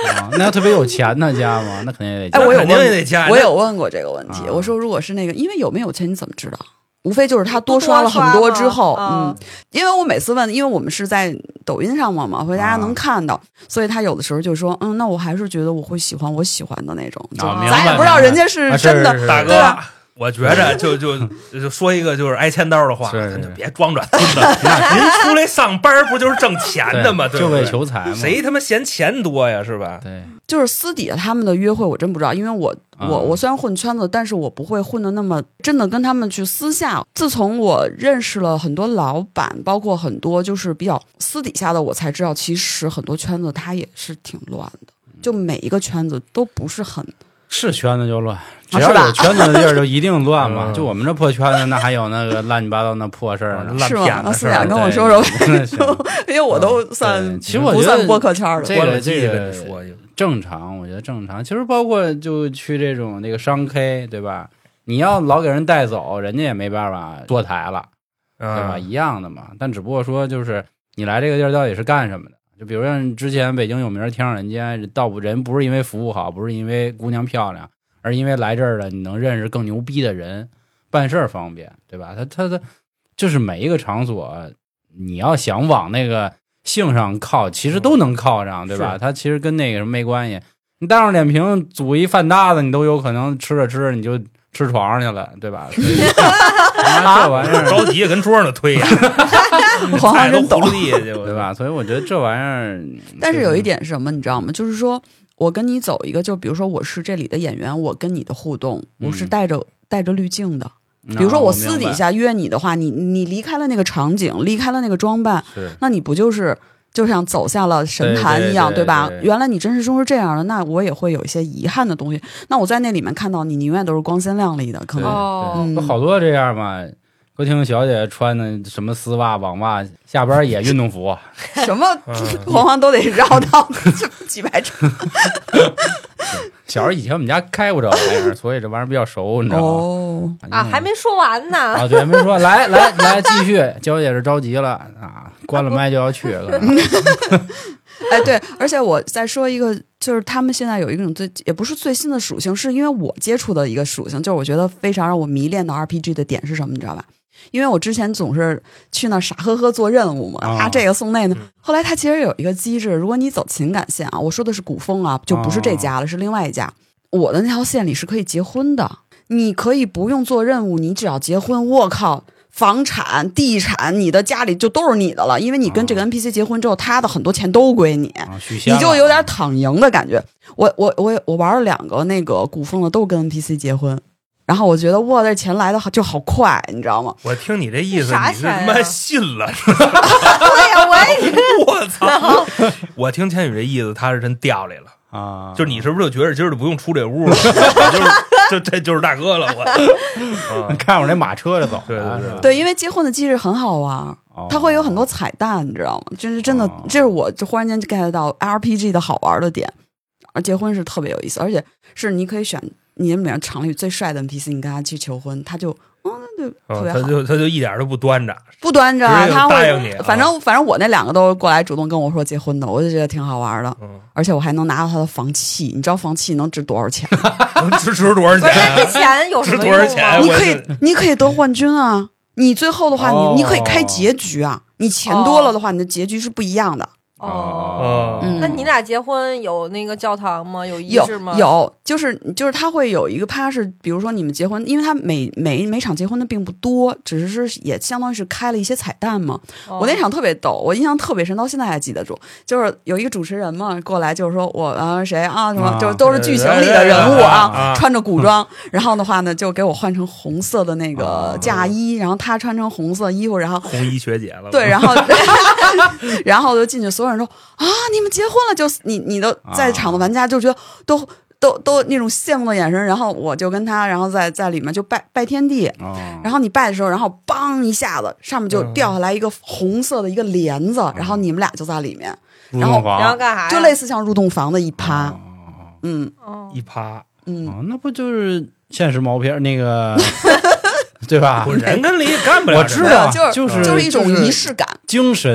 啊，那要特别有钱的加吗？那肯定也得加。 哎，我有肯定也问得加。 我有问过这个问题， 啊我说如果是那个，因为有没有钱你怎么知道？无非就是他多刷了很多之后，嗯，因为我每次问，因为我们是在抖音上嘛嘛，所以大家能看到，所以他有的时候就说，嗯，那我还是觉得我会喜欢我喜欢的那种，就啊咱也不知道人家是真的， 啊是是是大哥对啊。 我觉着就就就说一个就是挨千刀的话， 是是就别装着孙子。您出来上班不就是挣钱的吗？对就为不对？ 求财嘛。 谁他妈嫌钱多呀？是吧？ 对， 就是私底下他们的约会，我真不知道，因为我啊我我虽然混圈子，但是我不会混的那么真的跟他们去私下。自从我认识了很多老板，包括很多就是比较私底下的，我才知道其实很多圈子它也是挺乱的，就每一个圈子都不是很。 是圈子就乱，只啊是吧要有圈子的地儿就一定乱嘛。 嗯就我们这破圈子，那还有那个乱七八糟那破事儿呢。 烂是吗？那思片子是吧雅跟我说说对行因为我都算对其实我觉得不算播客圈的。 这关了个这机跟你个说一个， 正常，我觉得正常。其实包括就去这种那个商 K，对吧？你要老给人带走，人家也没办法坐台了，对吧？ 嗯一样的嘛。但只不过说，就是你来这个地儿到底是干什么的？就比如像之前北京有名的天上人间，倒不人不是因为服务好，不是因为姑娘漂亮，而因为来这儿了，你能认识更牛逼的人，办事儿方便，对吧？他他的就是每一个场所，你要想往那个性上靠，其实都能靠上，对吧？ 是它其实跟那个什么没关系。你大众点评组一饭搭子，你都有可能吃着吃着你就吃床上去了，对吧？所以这玩意儿着急跟桌上的推呀， 黄菜都真懂糊地下去， 对吧？所以我觉得这玩意儿， 但是有一点是什么，你知道吗？就是说我跟你走一个，就比如说我是这里的演员，我跟你的互动， 嗯我是带着带着滤镜的。 比比如说我私底下约你的话，你你离开了那个场景，离开了那个装扮， 是那你不就是就像走下了神坛一样， 对对对吧？ 对原来你真实中是这样的，那我也会有一些遗憾的东西。那我在那里面看到你，你永远都是光鲜亮丽的，可能哦嗯有好多这样嘛。歌厅小姐穿的什么丝袜、网袜，下班也运动服， 什么嗯黄黄都得绕到几百场。 小时候以前我们家开过这玩意儿，所以这玩意儿比较熟，你知道吗？ 哦， 啊，还没说完呢。 啊，对，没说，来来来，继续。娇姐是着急了啊，关了麦就要去，可能哎，对，而且我再说一个，就是他们现在有一种最也不是最新的属性，是因为我接触的一个属性，就是我觉得非常让我迷恋的 R P G 的点是什么，你知道吧？因为我之前总是去那傻呵呵做任务嘛， 哦他这个送那个。后来他其实有一个机制，如果你走情感线啊，我说的是古风啊，就不是这家了，是另外一家。我的那条线里是可以结婚的，你可以不用做任务，你只要结婚，我靠！房产、地产，你的家里就都是你的了，因为你跟这个 N P C 结婚之后，他的很多钱都归你， 啊，许仙你就有点躺赢的感觉。我我我我玩了两个那个古风的，都跟 N P C 结婚，然后我觉得哇，这钱来的就好快，你知道吗？ 我听你这意思，你是啥钱呀他妈信了？ 对呀，我也是。 我操！我听千羽这意思，他是真掉来了。 啊， 就是你是不是就觉得今儿就不用出这屋了？我就是这这就是大哥了，我。啊看会儿那马车就走了， 对对对是吧对，因为结婚的机制很好玩， 哦它会有很多彩蛋，你知道吗？就是真的， 哦这是我就忽然间 get 到 R P G 的好玩的点。而结婚是特别有意思，而且是你可以选你里面场里最帅的 N P C， 你跟他去求婚，他就嗯，那就特嗯别好。 他就他就一点都不端着， 不端着， 直接就他答应你啊会，反正反正我那两个都过来主动跟我说结婚的，我就觉得挺好玩的， 嗯， 而且我还能拿到他的房契，你知道房契能值多少钱？ 值值多少不是，那这钱？ 钱有什么值多少用钱啊？ 你可以我是你可以得冠军啊！你最后的话， 哦你你可以开结局啊！你钱多了的话，你的结局是不一样的。 哦， 嗯那你俩结婚有那个教堂吗？有仪有式吗？ 有，就是就是他会有一个趴是，比如说你们结婚，因为他每每每场结婚的并不多，只是是也相当于是开了一些彩蛋嘛。 哦。 我那场特别逗，我印象特别深，到现在还记得住。就是有一个主持人嘛过来，就是说我啊谁啊什么， 啊就是都是剧情里的人物啊啊， 啊穿着古装，然后的话呢就给我换成红色的那个啊嫁衣，然后他穿成红色衣服，然后红衣学姐了。 对，然后然后就进去，所有人说啊，你们结婚了，就你你的在场的玩家就觉得都。都都那种羡慕的眼神，然后我就跟他，然后在在里面就拜拜天地， 哦， 然后你拜的时候，然后梆一下子上面就嗯掉下来一个红色的一个帘子，然后你们俩就在里面，然后入洞房然后干啥呀？ 就类似像入洞房的一趴， 哦嗯哦一趴， 嗯， 哦，那不就是现实毛片儿那个对吧我？人跟里干不了我这个。 知道， 就是就是就是一种就是仪式感， 精神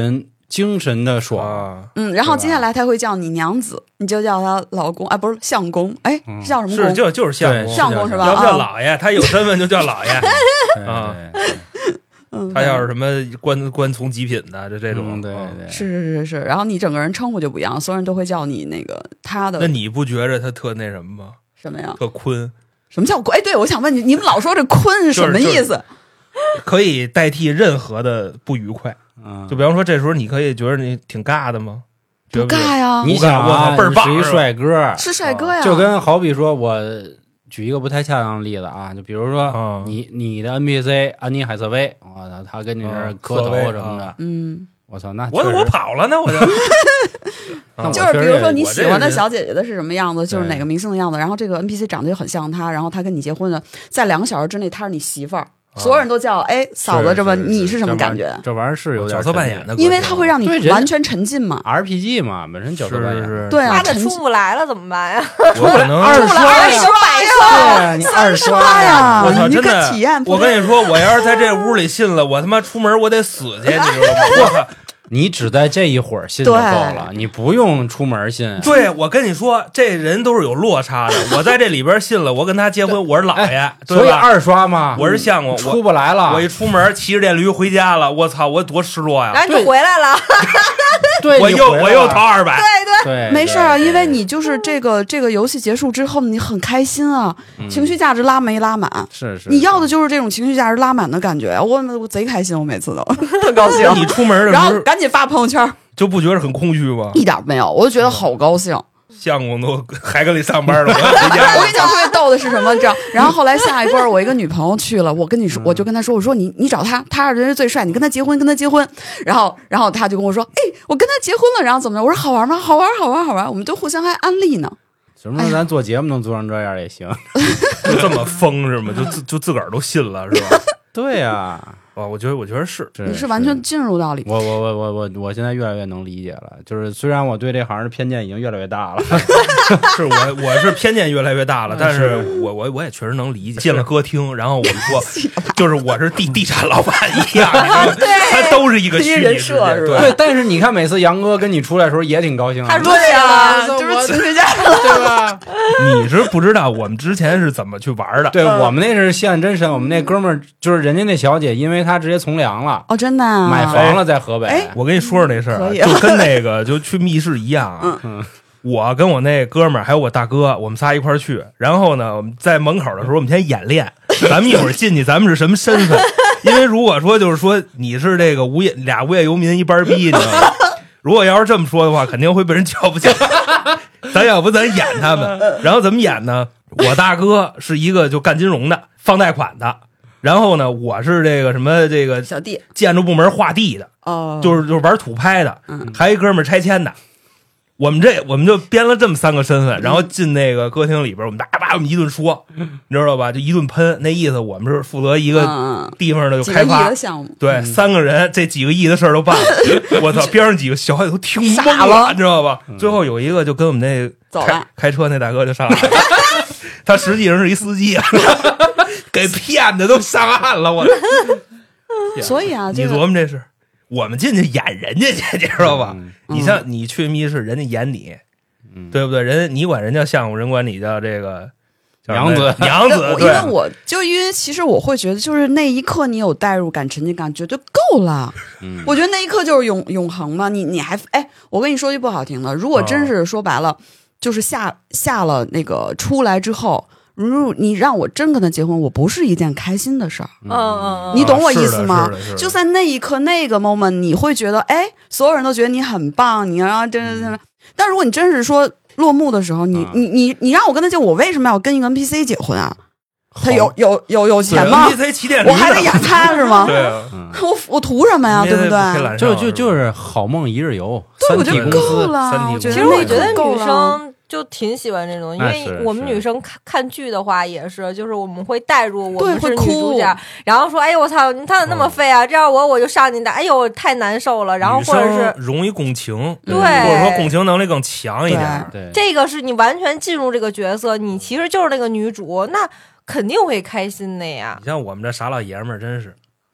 精神的爽。 啊， 嗯，然后接下来他会叫你娘子，你就叫他老公，哎，不是相公，哎， 嗯是叫什么公？ 是就就是相对公， 相公是吧？ 要不叫啊老爷，他有身份就叫老爷。啊对对嗯， 他要是什么官官从极品的，这这种， 嗯对啊对， 是是是是，然后你整个人称呼就不一样，所有人都会叫你那个他的。 那你不觉着他特那什么吗？ 什么呀？ 特坤， 什么叫坤？哎，对，我想问你，你们老说这坤是什么意思？ 可以代替任何的不愉快。 嗯， 就比方说，这时候你可以觉得你挺尬的吗？觉不不觉得尬呀， 你想我啊， 靠倍儿棒你是一是吧帅哥， 是帅哥呀， 就跟好比说我举一个不太恰当的例子啊，就比如说嗯你你的 N P C 安妮海瑟薇，我操，他跟你这儿嗯磕头瑟薇什么的， 嗯， 我操，那我确实我跑了呢，我就啊就是比如说你我这喜欢的人小姐姐的是什么样子，就是对哪个明星的样子，然后这个 N P C 长得就很像他，然后他跟你结婚了，在两个小时之内他是你媳妇儿，所有人都叫哎嫂子，这么你是什么感觉？ 这玩意儿是有点角色扮演的， 因为他会让你对人完全沉浸嘛。 R P G 嘛，本身角色扮演， 是是， 对啊， 妈的沉浸出不来了怎么办呀？ 我可能二出不来刷呀， 二十百对啊，你二刷刷呀我操， 你可真的体验不我跟你说，我要是在这屋里信了，我他妈出门我得死去，你知道吗？我靠！ 你只在这一会儿信就够了，你不用出门信。 对，我跟你说，这人都是有落差的。我在这里边信了，我跟他结婚，我是老爷，对吧？ 所以二刷嘛， 我是相公， 出我不来了。 我一出门骑着电驴回家了，我操，我多失落呀！ 然后你就回来了， 对， 我你回来又我又了掏二百， 对， 没事儿啊， 对因为你就是这个这个游戏结束之后，你很开心啊，情绪价值拉没拉满？ 是是， 你要的就是这种情绪价值拉满的感觉，我我贼开心，我每次都特高兴。 你出门的时然后候赶紧发朋友圈， 就不觉得很空虚吗？ 一点儿没有，我就觉得好高兴。 相公都还跟里上班了，我要回家了。 我跟你讲，特别逗的是什么？你知道？然后后来下一波，我一个女朋友去了，我跟你说，我就跟她说，我说你你找他，他人是最帅，你跟他结婚，跟他结婚。然后然后他就跟我说，哎，我跟他结婚了，然后怎么着？我说好玩吗？好玩，好玩，好玩。我们就互相还安利呢。 什么时候咱做节目能做成这样也行。 就这么疯是吗？就自就自个儿都信了是吧？ 对呀， 哇，我觉得我觉得是， 你是完全进入到里面。 我我我我我我现在越来越能理解了，就是虽然我对这行的偏见已经越来越大了， 是我我是偏见越来越大了， 嗯但是我我我也确实能理解。进了歌厅，然后我们说，就是我是地地产老板一样，你知道吗？他都是一个虚拟人世界， 设是吧对，但是你看每次杨哥跟你出来的时候也挺高兴的， 他说对呀， 我就是情绪价值。 对吧？ 你是不知道我们之前是怎么去玩的。 对我们那是现真身，我们那哥们儿就是人家那小姐，因为她直接从良了， 哦，真的啊买房了在河北， 哎我跟你说说那事儿啊， 可以啊就跟那个就去密室一样啊。 嗯我跟我那哥们儿还有我大哥，我们仨一块儿去。然后呢，我们在门口的时候，我们先演练，咱们一会儿进去，咱们是什么身份？因为如果说就是说你是这个无业俩无业游民一班逼，你知道吗？如果要是这么说的话，肯定会被人叫不起来。咱要不咱演他们，然后怎么演呢？我大哥是一个就干金融的，放贷款的。然后呢，我是这个什么这个小弟建筑部门画地的， 哦， 就是就是玩土拍的， 嗯还有一哥们儿拆迁的。我们这我们就编了这么三个身份，然后进那个歌厅里边，我们叭叭我们一顿说，你知道吧？就一顿喷，那意思我们是负责一个嗯地方的就几个亿开发的，项目， 对，三个人这几个亿的事儿都办了。我操，边上几个小孩都听懵傻了你知道吧？最后有一个就跟我们那开走了开车那大哥就上来了，他实际上是一司机，给骗的都上岸了，我。 所以啊， 你这个琢磨这是我们进去演人家去，你知道吧？ 嗯你像你去密室，人家演你， 嗯对不对？人你管人叫相公，人管你叫这个叫什么娘子娘子， 我因为对。 我就因为其实我会觉得，就是那一刻你有代入感、沉浸感，绝对够了。 嗯我觉得那一刻就是永永恒嘛。你你还哎，我跟你说句不好听的，如果真是说白了，就是下下了那个出来之后，如你让我真跟他结婚，我不是一件开心的事儿。 嗯嗯嗯， 你懂我意思吗是的是的是的就在那一刻那个 moment，你会觉得哎，所有人都觉得你很棒，你啊这这这。但如果你真是说落幕的时候，你啊你你你让我跟他结，我为什么要跟一个 N P C 结婚啊？他有有有有对钱吗？ N P C 骑电驴的我还得养他是吗？ 对啊， 嗯我我图什么呀？对不对？ 对就就就是好梦一日游， 对， 三我觉得体公司够了。 三体我觉得其实我觉得那个够女了生就挺喜欢这种，因为那是我们是女生看看剧的话也是，就是我们会带入我们是女对会哭主角，然后说哎呦我操，你他怎么那么废啊？这样我我就上你的，哎呦太难受了。然后或者女是生容易共情， 对或者说共情能力更强一点。 对， 这个是你完全进入这个角色，你其实就是那个女主，那肯定会开心的呀你。像我们这傻老爷们儿，真是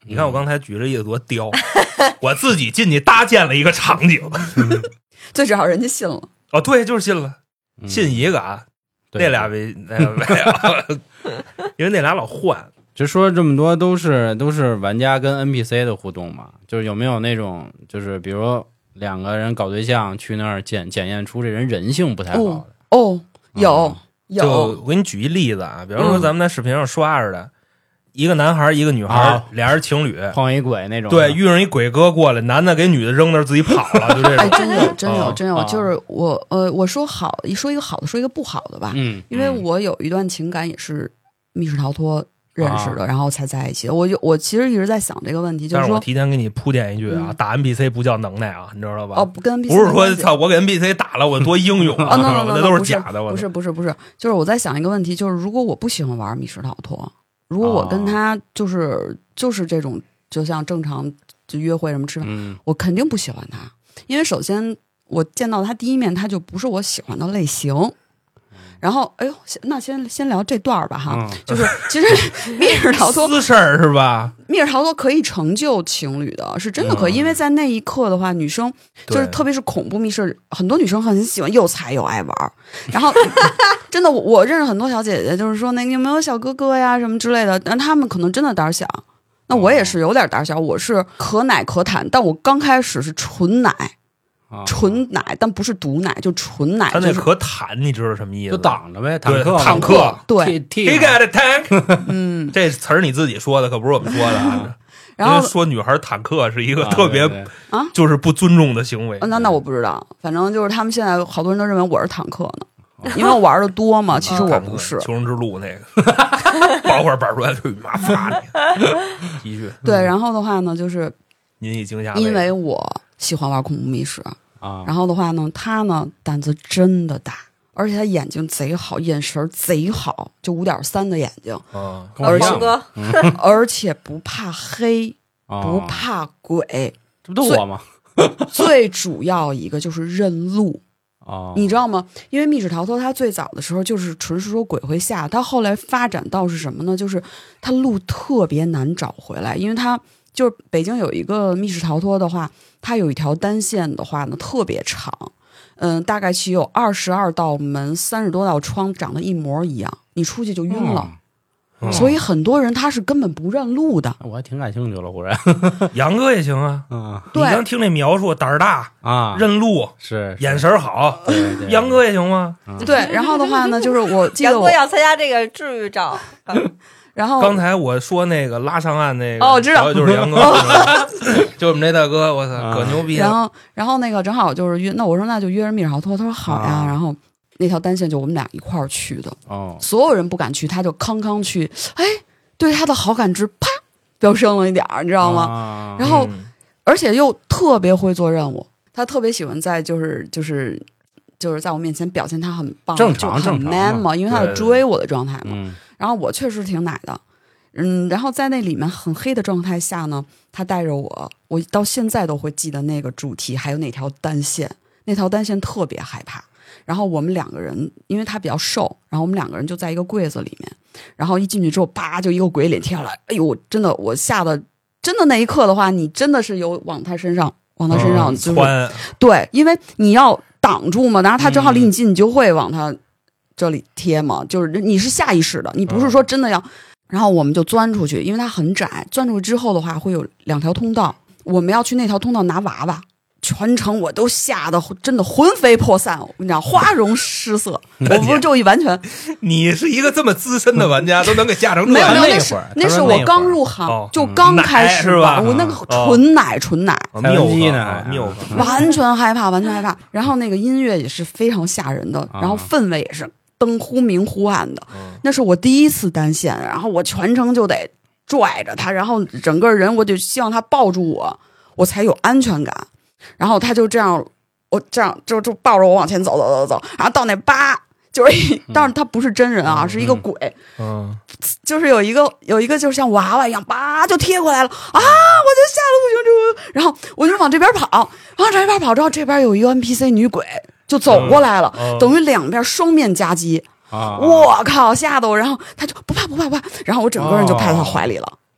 你看我刚才举这例子多刁，我自己进去搭建了一个场景， 最主要人家信了。 哦，对，就是信了， 嗯信一个啊， 对那俩没那俩没有，因为那俩老换。 就说这么多都是都是玩家跟 N P C 的互动嘛，就是有没有那种就是比如两个人搞对象去那儿检检验出这人人性不太好的哦，有、 嗯、 有， 就我给你举一例子啊，比方说咱们在视频上刷着的，嗯、一个男孩一个女孩， 啊、 俩人情侣碰一鬼那种， 对，遇上一鬼哥过来，男的给女的扔那儿自己跑了，就这种。 哎，真有真有真有， 啊、 就是我呃，我说好，一说一个好的，说一个不好的吧， 嗯， 因为我有一段情感也是密室逃脱认识的，啊、然后才在一起的。我就我其实一直在想这个问题，就是说， 但是我提前给你铺垫一句啊， 嗯、 打 N P C 不叫能耐啊，你知道吧？ 哦，不跟 N P C 不是说操我给 N P C 打了我多英勇啊， 哦 no, no, no, no, 那都是假的。 不是不是不是，就是我在想一个问题，就是如果我不喜欢玩密室逃脱，如果我跟他就是、哦、就是这种，就像正常就约会什么吃饭， 嗯、 我肯定不喜欢他，因为首先我见到他第一面，他就不是我喜欢的类型。然后，哎呦，那先先聊这段吧哈，嗯、就是其实密室逃脱私事儿是吧？ 密室逃脱可以成就情侣的，是真的可以，嗯、因为在那一刻的话，女生就是特别是恐怖密室，很多女生很喜欢又菜又爱玩。然后真的，我我认识很多小姐姐，就是说那个有没有小哥哥呀什么之类的，但他们可能真的胆小。那我也是有点胆小，我是可奶可坦，但我刚开始是纯奶。纯奶，但不是毒奶，就纯奶。 他那可坦，你知道什么意思？ 就挡着呗，坦克， 坦克， 对 ，He got a tank。 嗯， 这词儿你自己说的，可不是我们说的啊。 然后说女孩坦克是一个特别啊， 就是不尊重的行为。 那那我不知道，反正就是他们现在好多人都认为我是坦克呢，因为我玩的多嘛。其实我不是。 求生之路那个，包块板砖去妈发你。继续。 对，然后的话呢，就是您已惊吓， 因为我喜欢玩恐怖密室。 啊， 然后的话呢，他呢胆子真的大，而且他眼睛贼好，眼神贼好，就五点三的眼睛， 啊， 而且哥， 而且不怕黑， 啊、 不怕鬼， 这不都我吗？ 最主要一个就是认路。 哦， 你知道吗？因为密室逃脱它最早的时候就是纯是说鬼会吓，它后来发展到是什么呢？就是它路特别难找回来，因为它就是北京有一个密室逃脱的话，它有一条单线的话呢特别长，嗯，大概其有二十二道门，三十多道窗，长得一模一样，你出去就晕了。 嗯、 所以很多人他是根本不认路的。 我还挺感兴趣了，忽然。 杨哥也行啊， 嗯， 你刚听这描述，胆儿大啊， 认路是， 眼神好， 对对杨哥也行吗？ 对，然后的话呢，就是我记得杨哥要参加这个治愈照。 然后刚才我说那个拉上岸那个， 哦，我知道， 就是杨哥，就我们这大哥，我操，可牛逼了。 然后，然后那个正好就是约，那我说那就约人密室逃脱，他说好呀。啊、然后那条单线就我们俩一块儿去的， 哦， 所有人不敢去，他就康康去，哎，对他的好感值啪飙升了一点儿，你知道吗？ 啊、 然后、 嗯， 而且又特别会做任务，他特别喜欢在就是就是就是在我面前表现他很棒， 正常就很 man 嘛，因为他要追我的状态嘛。 嗯， 然后我确实挺奶的，嗯，然后在那里面很黑的状态下呢，他带着我，我到现在都会记得那个主题，还有那条单线，那条单线特别害怕。然后我们两个人，因为他比较瘦，然后我们两个人就在一个柜子里面，然后一进去之后，啪就一个鬼脸贴下来，哎呦，真的我吓得，真的那一刻的话，你真的是有往他身上，往他身上就是、 嗯、 对，因为你要挡住嘛，然后他正好离你近，你就会往他这里贴嘛，就是你是下意识的，你不是说真的要。然后我们就钻出去，因为它很窄，钻出去之后的话会有两条通道，我们要去那条通道拿娃娃。全程我都吓得真的魂飞魄散，我跟你讲，花容失色。我不是就一完全， 你是一个这么资深的玩家，都能给吓成这样。 没有没有，那是那是我刚入行， 哦、 就刚开始是吧？ 我那个纯奶纯奶， 妙机呢， 妙， 完全害怕，完全害怕。然后那个音乐也是非常吓人的，然后氛围也是灯忽明忽暗的。那是我第一次单线，然后我全程就得拽着他，然后整个人我就希望他抱住我，我才有安全感。然后他就这样，我这样就就抱着我往前走走走走，然后到那八就是一，但是他不是真人啊， 嗯、 是一个鬼， 嗯， 就是有一个有一个就是像娃娃一样，叭就贴过来了啊！我就吓得不行，就然后我就往这边跑，然后这边跑之后，这边有一个 N P C 女鬼就走过来了， 嗯、 等于两边双面夹击。 啊！ 我靠，吓得我，然后他就不怕不怕不怕，然后我整个人就拍在他怀里了。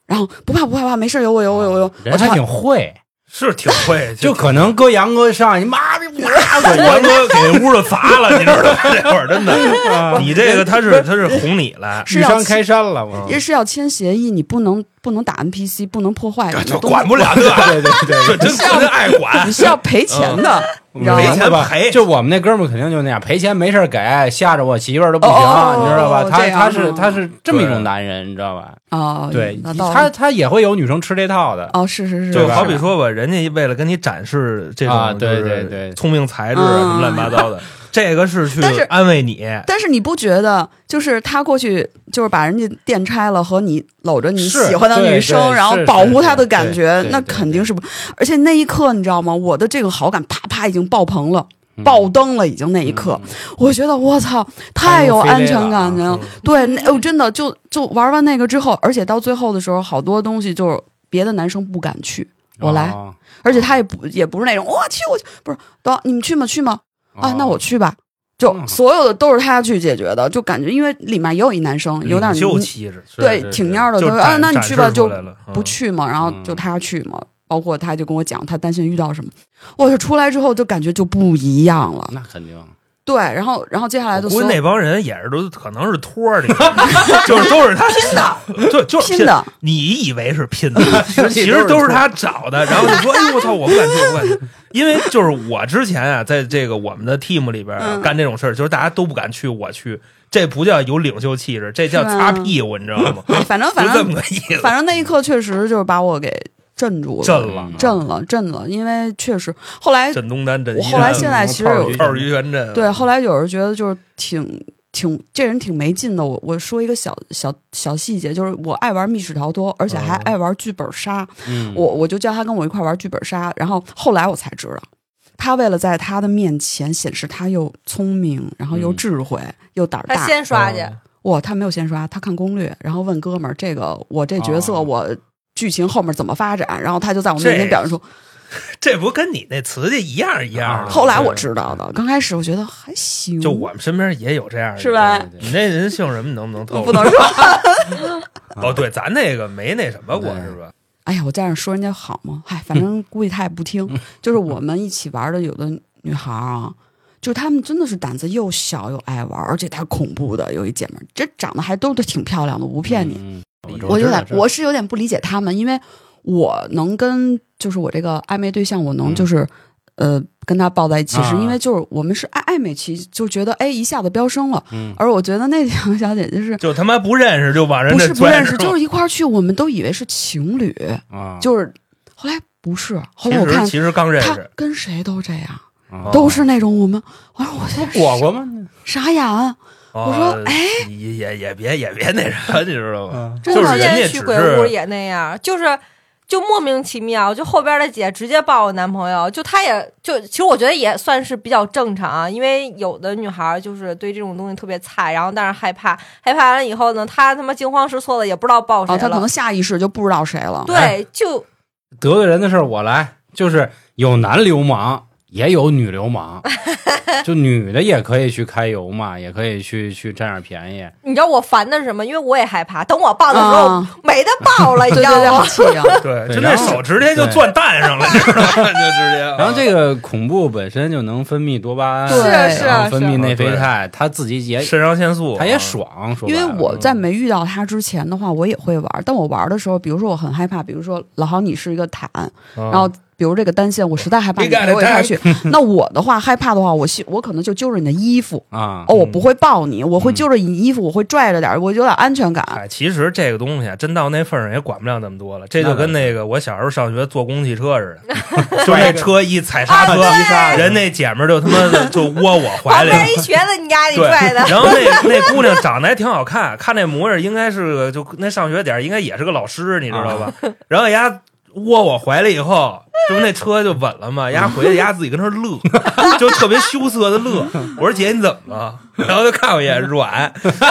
然后不怕不怕不怕，没事，有我有我有我有， 人还挺会。 是挺会， 就可能搁杨哥上，你妈逼， 杨哥给屋子砸了，你知道吗？这会儿真的，你这个他是他是哄你来， 遇上开山了，我也是要签协议，你不能不能打 N P C， 不能破坏， 就管不了这，对对对，真真爱管， 你是要赔钱的。 赔钱赔，就我们那哥们儿肯定就那样，赔钱没事给，吓着我媳妇儿都不行， 哦、 你知道吧？他他是他是他是这么一种男人，你知道吧？ 哦， 对，他他也会有女生吃这套的。 哦，是是是， 就好比说吧，人家为了跟你展示这种、啊、 对对对聪明才智啊、什么乱七八糟的。这个是去安慰你， 但是，但是你不觉得，就是他过去就是把人家店拆了，和你搂着你喜欢的女生，然后保护她的感觉，那肯定是不。而且那一刻，你知道吗？我的这个好感啪啪已经爆棚了，嗯、爆灯了，已经那一刻，嗯、我觉得我操，太有安全感了。对，那我真的就就玩完那个之后，而且到最后的时候，好多东西就是别的男生不敢去，我来，哦、而且他也不也不是那种我去我去，不是，等你们去吗？去吗？啊，那我去吧，就所有的都是他去解决的，就感觉因为里面也有一男生，有点就气质， 对，挺蔫的， 就啊，那你去吧，就不嗯去嘛，然后就他去嘛，包括他就跟我讲他担心遇到什么，我就出来之后就感觉就不一样了， 那肯定。 对，然后，然后接下来就估计那帮人也是都可能是托儿的，就是都是他拼的， 对，就是拼的。 你以为是拼的，其实都是他找的。然后就说：“哎呦，我操，我不敢去，我不敢去。”因为就是我之前啊，在这个我们的 team 里边、嗯、干这种事儿，就是大家都不敢去，我去，这不叫有领袖气质，这叫擦屁股，你知道吗？ 反正反正这么个意思。 反正那一刻确实就是把我给。镇住了， 震了， 震了，震了，因为确实后来震东单，震西单。 后来现在其实有炮鱼全震。 对，后来有人觉得就是挺挺这人挺没劲的。我我说一个小小小细节，就是我爱玩密室逃脱，而且还爱玩剧本杀。 嗯， 我我就叫他跟我一块玩剧本杀，然后后来我才知道，他为了在他的面前显示他又聪明，然后又智慧，嗯、又胆大， 他先刷去。 哇，他没有先刷，他看攻略，然后问哥们儿，这个我这角色我。哦剧情后面怎么发展，然后他就在我面前表现出， 这, 这不跟你那词去一样一样的。 后来我知道的，刚开始我觉得还行， 就我们身边也有这样的， 是吧？ 你那人姓什么？能不能透露？ 不能说。 哦，对，咱那个没那什么过，是吧？ 哎呀，我这样说人家好吗？嗨，反正估计他也不听。就是我们一起玩的有的女孩啊，就是她们真的是胆子又小又爱玩，而且太恐怖的。有一姐们儿，这长得还都是挺漂亮的，我不骗你。 嗯我有点，我是有点不理解他们，因为我能跟就是我这个暧昧对象，我能就是、嗯、呃跟他抱在一起，是因为就是我们是暧暧昧期，就觉得哎一下子飙升了。 嗯， 而我觉得那两个小姐姐是就他妈不认识就往人不是不认识，就是一块儿去，我们都以为是情侣啊， 就是后来不是，后来我看其实刚认识， 他跟谁都这样，哦、都是那种我们我说我这裹过吗？ 傻眼。我说，哎， 也也也别也别那啥，你知道吗？ 就是人家去鬼屋也那样，就是就莫名其妙，就后边的姐直接抱我男朋友，就她也就其实我觉得也算是比较正常啊，因为有的女孩就是对这种东西特别菜，然后但是害怕，害怕完了以后呢，她他妈惊慌失措的也不知道抱谁了， 哦，她可能下意识就不知道谁了。 对，就得罪人的事儿我来，就是有男流氓。也有女流氓，就女的也可以去开油嘛，也可以去去占点便宜。 你知道我烦的是什么？因为我也害怕，等我抱的时候、啊、没得抱了，你知道吗？ 对，就那手直接就攥蛋上了，你知道吗？就直接。 然后这个恐怖本身就能分泌多巴胺， 是是分泌内啡肽，他自己也肾上腺素， 他也爽。说因为我在没遇到他之前的话，我也会玩，但我玩的时候，比如说我很害怕，比如说老郝你是一个坦， 嗯、 然后。比如这个单线，我实在害怕你陪我一块去。那我的话，害怕的话，我我可能就揪着你的衣服啊， 哦，我不会抱你，我会揪着你衣服，我会拽着点，我有点安全感。 哎，其实这个东西啊，真到那份上也管不了那么多了。这就跟那个我小时候上学坐公共汽车似的，就那车一踩刹车，人那姐们儿就他妈的就窝我怀里， 旁边一瘸子你家里拽的。 然后那那姑娘长得还挺好看，看那模样应该是个就那上学点应该也是个老师，你知道吧？然后丫窝我怀里以后。这不那车就稳了吗？丫回去丫自己跟那乐，就特别羞涩的乐。我说姐你怎么了？然后就看我一眼软，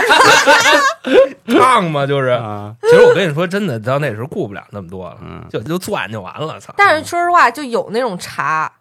烫嘛就是。其实我跟你说真的，到那时候顾不了那么多了，就就攥就完了。操！ 但是说实话，就有那种茶，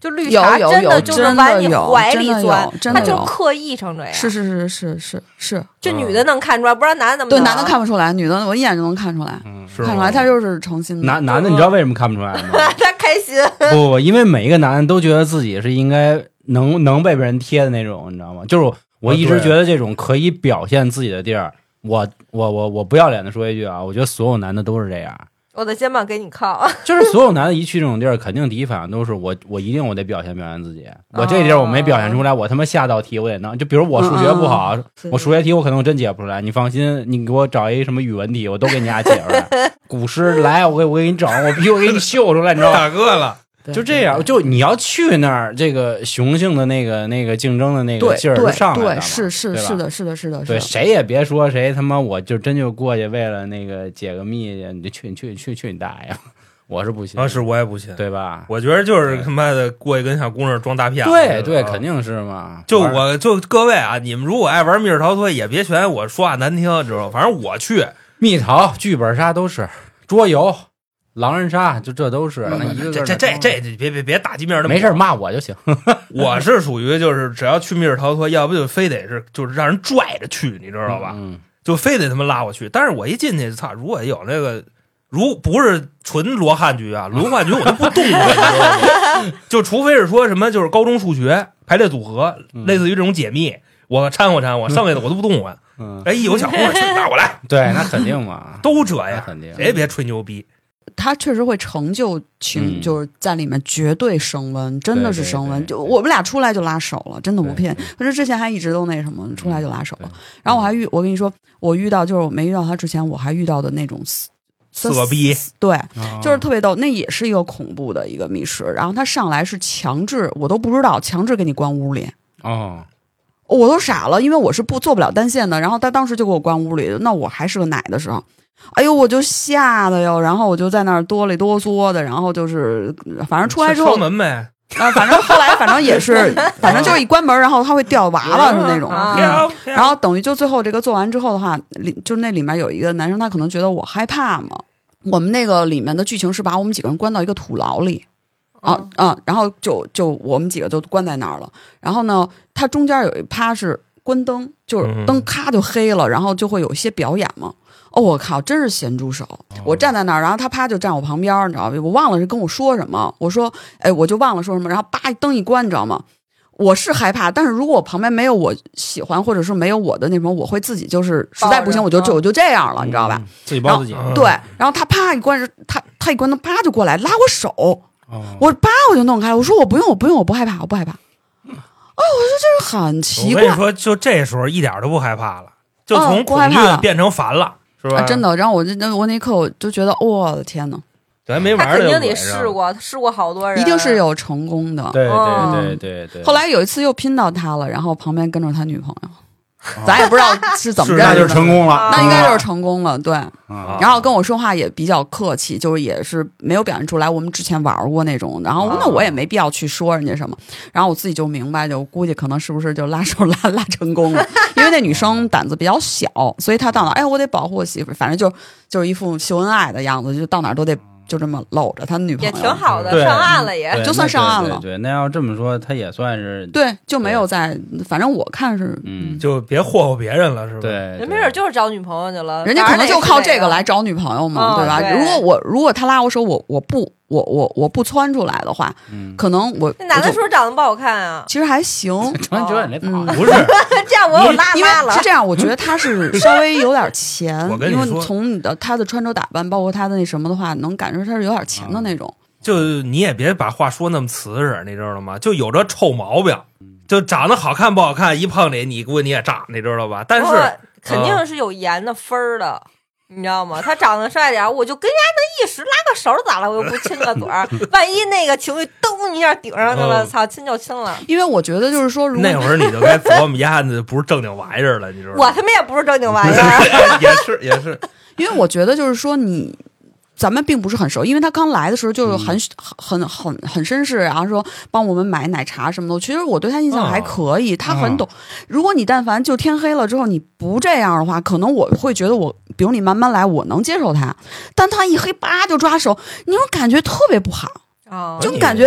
就绿茶有有真的就是往你怀里钻， 他就刻意成这样。 是是是是是是， 这女的能看出来，不知道男的怎么对男的看不出来，女的我一眼就能看出来， 嗯、 看出来他就是诚心的。 男男的你知道为什么看不出来吗？ 他开心。 不不，因为每一个男的都觉得自己是应该能能被别人贴的那种，你知道吗？就是我一直觉得这种可以表现自己的地儿，我我我我不要脸的说一句啊，我觉得所有男的都是这样。 我的肩膀给你靠， 就是所有男的一去这种地儿，肯定第一反应都是我，我一定我得表现表现自己。我这地儿我没表现出来，我他妈下道题我得能。就比如我数学不好，嗯嗯、我数学题我可能真解不出来。你放心，你给我找一什么语文题，我都给你俩解出来。古诗来，我给我给你整，我必须我给你秀出来，你知道吗？ 大哥了。 就这样，就你要去那儿，这个雄性的那个那个竞争的那个劲儿就上来了， 对，是是是的，是的，是的， 对，谁也别说谁他妈，我就真就过去为了那个解个密去，你就去你去去去你大爷！我是不信啊，是我也不信， 对吧？ 我觉得就是他妈的过去跟小姑娘装大骗子， 对对，肯定是嘛。 就我就各位啊，你们如果爱玩密室逃脱，也别选我说话难听，知道吗？反正我去蜜桃、剧本杀都是桌游。狼人杀就这都是，那一个这这这这别别别打击面的， 没事骂我就行。 我是属于就是只要去密室逃脱，要不就非得是就是让人拽着去，你知道吧？ 嗯， 就非得他妈拉我去。但是我一进去，操！如果有那个，如不是纯罗汉局啊，罗汉局我都不动了，你知道吗？就除非是说什么就是高中数学排列组合， 嗯、 类似于这种解密，我掺和掺和，剩下的我都不动了。 嗯， 哎，一有小姑娘去，那我来。 对，那肯定嘛， 都这样， 肯定， 谁也别吹牛逼。 他确实会成就情， 嗯、 就是在里面绝对升温，真的是升温。就我们俩出来就拉手了，真的不骗。可是之前还一直都那什么，出来就拉手了。然后我还遇，我跟你说，我遇到就是我没遇到他之前，我还遇到的那种色逼， 对，就是特别逗。那也是一个恐怖的一个密室，然后他上来是强制，我都不知道，强制给你关屋里。 哦。 我都傻了，因为我是不做不了单线的，然后他当时就给我关屋里，那我还是个奶的时候，哎呦，我就吓得哟，然后我就在那儿哆里哆嗦的，然后就是反正出来之后， 敲门呗， 啊，反正后来反正也是，反正就是一关门，然后他会掉娃娃的那种，嗯、然后等于就最后这个做完之后的话，里就那里面有一个男生，他可能觉得我害怕嘛，我们那个里面的剧情是把我们几个人关到一个土牢里。啊啊！然后就就我们几个就关在那儿了。然后呢，它中间有一趴是关灯，就是灯咔就黑了，然后就会有一些表演嘛。哦，我靠，真是咸猪手！我站在那儿，然后他啪就站我旁边，你知道吗？我忘了是跟我说什么，我说，哎，我就忘了说什么。然后叭灯一关，你知道吗？我是害怕，但是如果我旁边没有我喜欢，或者是没有我的那种，我会自己就是实在不行，我就就我就这样了，你知道吧？ 嗯、自己抱自己。 对，然后他啪一关，他他一关灯，啪就过来拉我手。我叭我就弄开了，我说我不用，我不用，我不害怕，我不害怕。哦，我说这是很奇怪。 我跟你说，就这时候一点都不害怕了，就从恐惧变成烦了，是吧？ 啊、真的。然后我就我那一刻我就觉得，我、哦、的天哪！ 咱没玩他肯定得试过，试过好多人， 一定是有成功的。 对对对对对。 后来有一次又拼到他了，然后旁边跟着他女朋友。咱也不知道是怎么着， 那就成功了， 那应该就是成功了，对。然后跟我说话也比较客气，就是也是没有表现出来我们之前玩过那种。然后那我也没必要去说人家什么，然后我自己就明白，就估计可能是不是就拉手拉拉成功了，因为那女生胆子比较小，所以她到哪，哎，我得保护我媳妇，反正就就是一副秀恩爱的样子，就到哪都得。就这么搂着他女朋友也挺好的，上岸了也就算上岸了。 对，对对那要这么说，他也算是对，就没有在，反正我看是， 嗯， 就别霍霍别人了，是吧？ 对， 人没准就是找女朋友去了， 人家可能就靠这个来找女朋友嘛， 嗯、 对吧？ 对如果我如果他拉我手，我我不。我我我不窜出来的话，嗯、可能我那男的是不是长得不好看啊？ 其实还行， 穿觉得你嗯、 不是这样我有拉因为是这样，我觉得他是稍微有点钱，因为从你的他的穿着打扮，包括他的那什么的话，能感觉他是有点钱的那种。 就你也别把话说那么瓷实，你知道吗？就有这臭毛病，就长得好看不好看，一碰你你估计你也炸，你知道吧？但是肯定是有盐的分儿的。你知道吗？他长得帅点，我就跟人家那一时拉个手咋了？我又不亲个嘴儿，万一那个情绪噔一下顶上去了，操、嗯，亲就亲了。 因为我觉得就是说， 那会儿你就该琢磨丫子不是正经玩意儿了，你知道吗？ 我他妈也不是正经玩意儿， 也是也是。 因为我觉得就是说你。咱们并不是很熟，因为他刚来的时候就是很、嗯、很很很绅士，然后说帮我们买奶茶什么的。其实我对他印象还可以，哦、他很懂、哦。如果你但凡就天黑了之后你不这样的话，可能我会觉得我，比如你慢慢来，我能接受他。但他一黑叭就抓手，那种感觉特别不好， 哦、 就感觉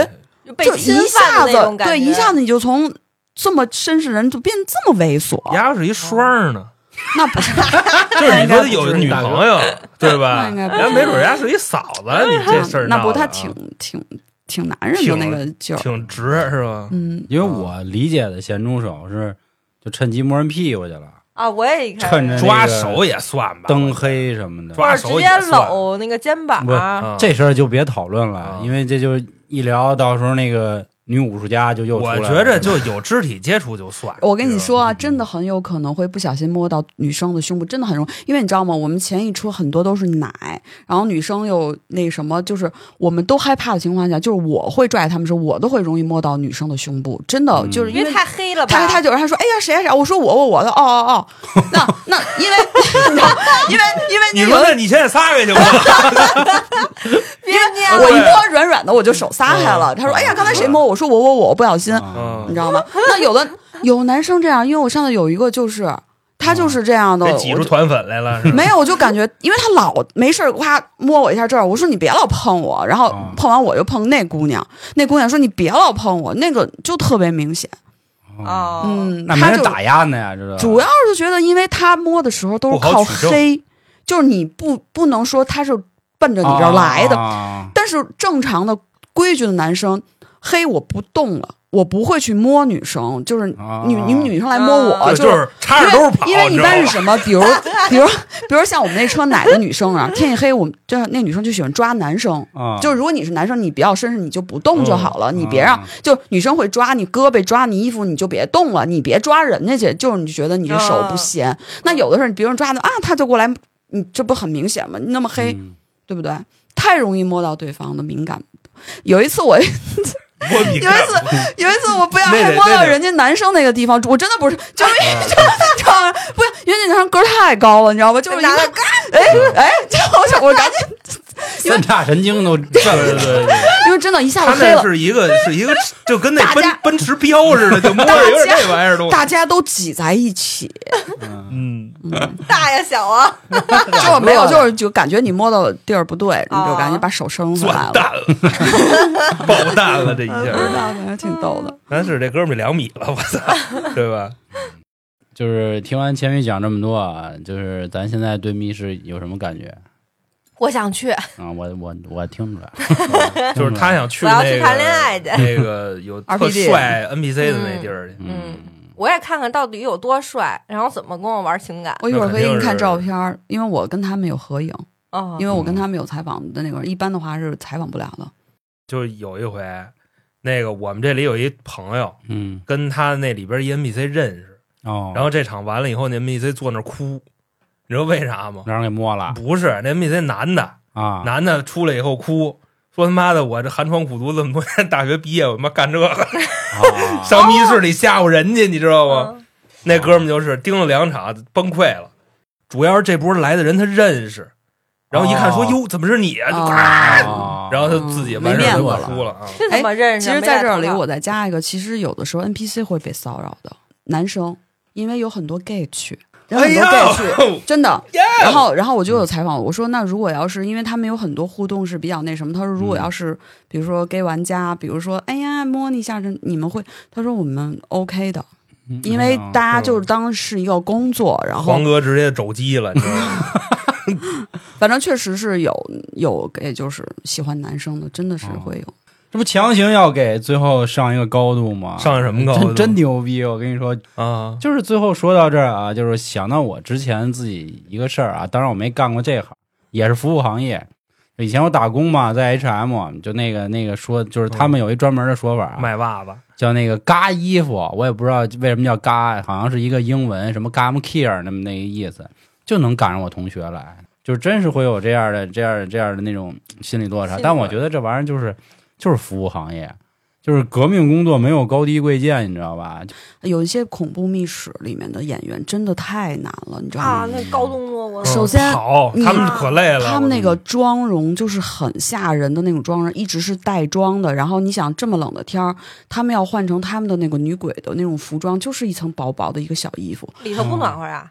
被就一侵犯下子的那种感觉， 对，一下子你就从这么绅士人就变这么猥琐， 丫是一双呢， 那不是， 就是你说有女朋友对吧？ 那应该不是人家没准人家是一嫂子，你这事儿那不闹的啊他挺挺挺男人的那个劲儿， 挺直是吧？ 嗯， 因为我理解的咸猪手是就趁机摸人屁股去了， 啊，我也一开始趁着抓手也算吧， 灯黑什么的， 或者直接搂那个肩膀， 不嗯这事儿就别讨论了， 嗯因为这就一聊，到时候那个女武术家就又出来了。 我觉着就有肢体接触就算。 我跟你说啊，真的很有可能会不小心摸到女生的胸部，真的很容易。因为你知道吗？我们前一出很多都是奶，然后女生又那什么，就是我们都害怕的情况下，就是我会拽他们时，我都会容易摸到女生的胸部，真的、 嗯、 就是因为太黑了吧？ 他他就是他说，哎呀谁呀谁？我说我我我的，哦哦哦，那那因为因为因为你说那你现在撒开行吗？ 别捏了， 我一摸软软的我就手撒开了。他说，哎呀刚才谁摸我？我说我我我不小心。 嗯你知道吗？那有的有男生这样，因为我上次有一个就是他就是这样的， 给挤出团粉来了是吧？ 没有，我就感觉因为他老没事夸摸我一下这儿，我说你别老碰我，然后碰完我又碰那姑娘，那姑娘说你别老碰我，那个就特别明显。 哦， 嗯， 那没人打压呢呀，知道？ 主要是觉得因为他摸的时候都是靠黑，就是你不不能说他是奔着你这儿来的， 啊、 但是正常的规矩的男生黑我不动了。我不会去摸女生，就是女你们女生来摸我， 啊、 就是插着兜跑。 因为一般是什么，比如比如比如像我们那车奶的女生啊，天一黑，我们就那女生就喜欢抓男生， 啊、 就是如果你是男生，你比较绅士，你就不动就好了， 嗯、 你别让、啊、就女生会抓你胳膊抓你衣服，你就别动了，你别抓人家去，就是你觉得你这手不闲。啊、那有的时候别人抓的啊，他就过来，你这不很明显吗？你那么黑，嗯、对不对？太容易摸到对方的敏感。有一次我。有一次，有一次我不要还摸到人家男生那个地方，我真的不是，就是因为就这样，不是因为那男生个儿太高了，你知道吧？就是拿个哎哎，我想我赶紧， 三叉神经都对对对， 因为真的一下子黑了，他那是一个是一个就跟那奔奔驰标似的，就摸着有点这玩意儿都， 大家都挤在一起， 嗯嗯，大呀小啊， 就没有，就是就感觉你摸到地儿不对，你就赶紧把手伸出来了， 蛋了，爆蛋了这一下， 还挺逗的。 咱是这哥们两米了，我操，对吧？ 就是听完千羽讲这么多啊，就是咱现在对密室有什么感觉？ 我想去啊，我我我听出来， 就是他想去我那个要去谈恋爱去， 那个有特帅 N P C 的那地儿去。 嗯，我也看看到底有多帅，然后怎么跟我玩情感。 我一会儿可以给你看照片，因为我跟他们有合影， 哦， 因为我跟他们有采访的那个，一般的话是采访不了的。 就有一回，那个我们这里有一朋友， 嗯， 跟他那里边一 N P C 认识， 哦， 然后这场完了以后，那 N P C 坐那哭，你知道为啥吗？ 让人给摸了？ 不是，那 N P C 男的啊， 男的出来以后哭，说他妈的，我这寒窗苦读这么多年，大学毕业我他妈干这个， 啊、 上密室里吓唬人家，你知道吗？ 嗯、 那哥们就是盯了两场，崩溃了。主要是这波来的人他认识。然后一看说哟、哦，怎么是你啊？就咔、 哦， 然后他自己完事儿就哭了啊。 这怎么认识？ 其实在这里我再加一个，其实有的时候 N P C 会被骚扰的男生，因为有很多 gay 去，有很多 gay 去，哎、真的。然后，然后我就有采访，我说那如果要是因为他们有很多互动是比较那什么，他说如果要是比如说 gay 玩家，比如说哎呀摸你一下，你们会？他说我们 OK 的。因为大家就是当是一个工作，然后黄哥直接肘击了，你知道吗？ 反正确实是有有给就是喜欢男生的，真的是会有。哦、 这不强行要给最后上一个高度吗？ 上什么高度？ 真真牛逼！我跟你说啊， 就是最后说到这儿啊，就是想到我之前自己一个事儿啊，当然我没干过这行，也是服务行业。以前我打工嘛，在 H M， 就那个那个说，就是他们有一专门的说法、啊， 卖袜子叫那个嘎衣服，我也不知道为什么叫嘎，好像是一个英文什么 gam care 那么那个意思，就能赶上我同学来，就真是会有这样的这样的这样的那种心理落差。但我觉得这玩意儿就是就是服务行业，就是革命工作没有高低贵贱，你知道吧？ 有一些恐怖密室里面的演员真的太难了，你知道吗？ 啊，那高动作我首先好，他们可累了， 他们那个妆容就是很吓人的那种妆容，一直是带妆的。然后你想这么冷的天儿，他们要换成他们的那个女鬼的那种服装，就是一层薄薄的一个小衣服， 里头不暖和啊。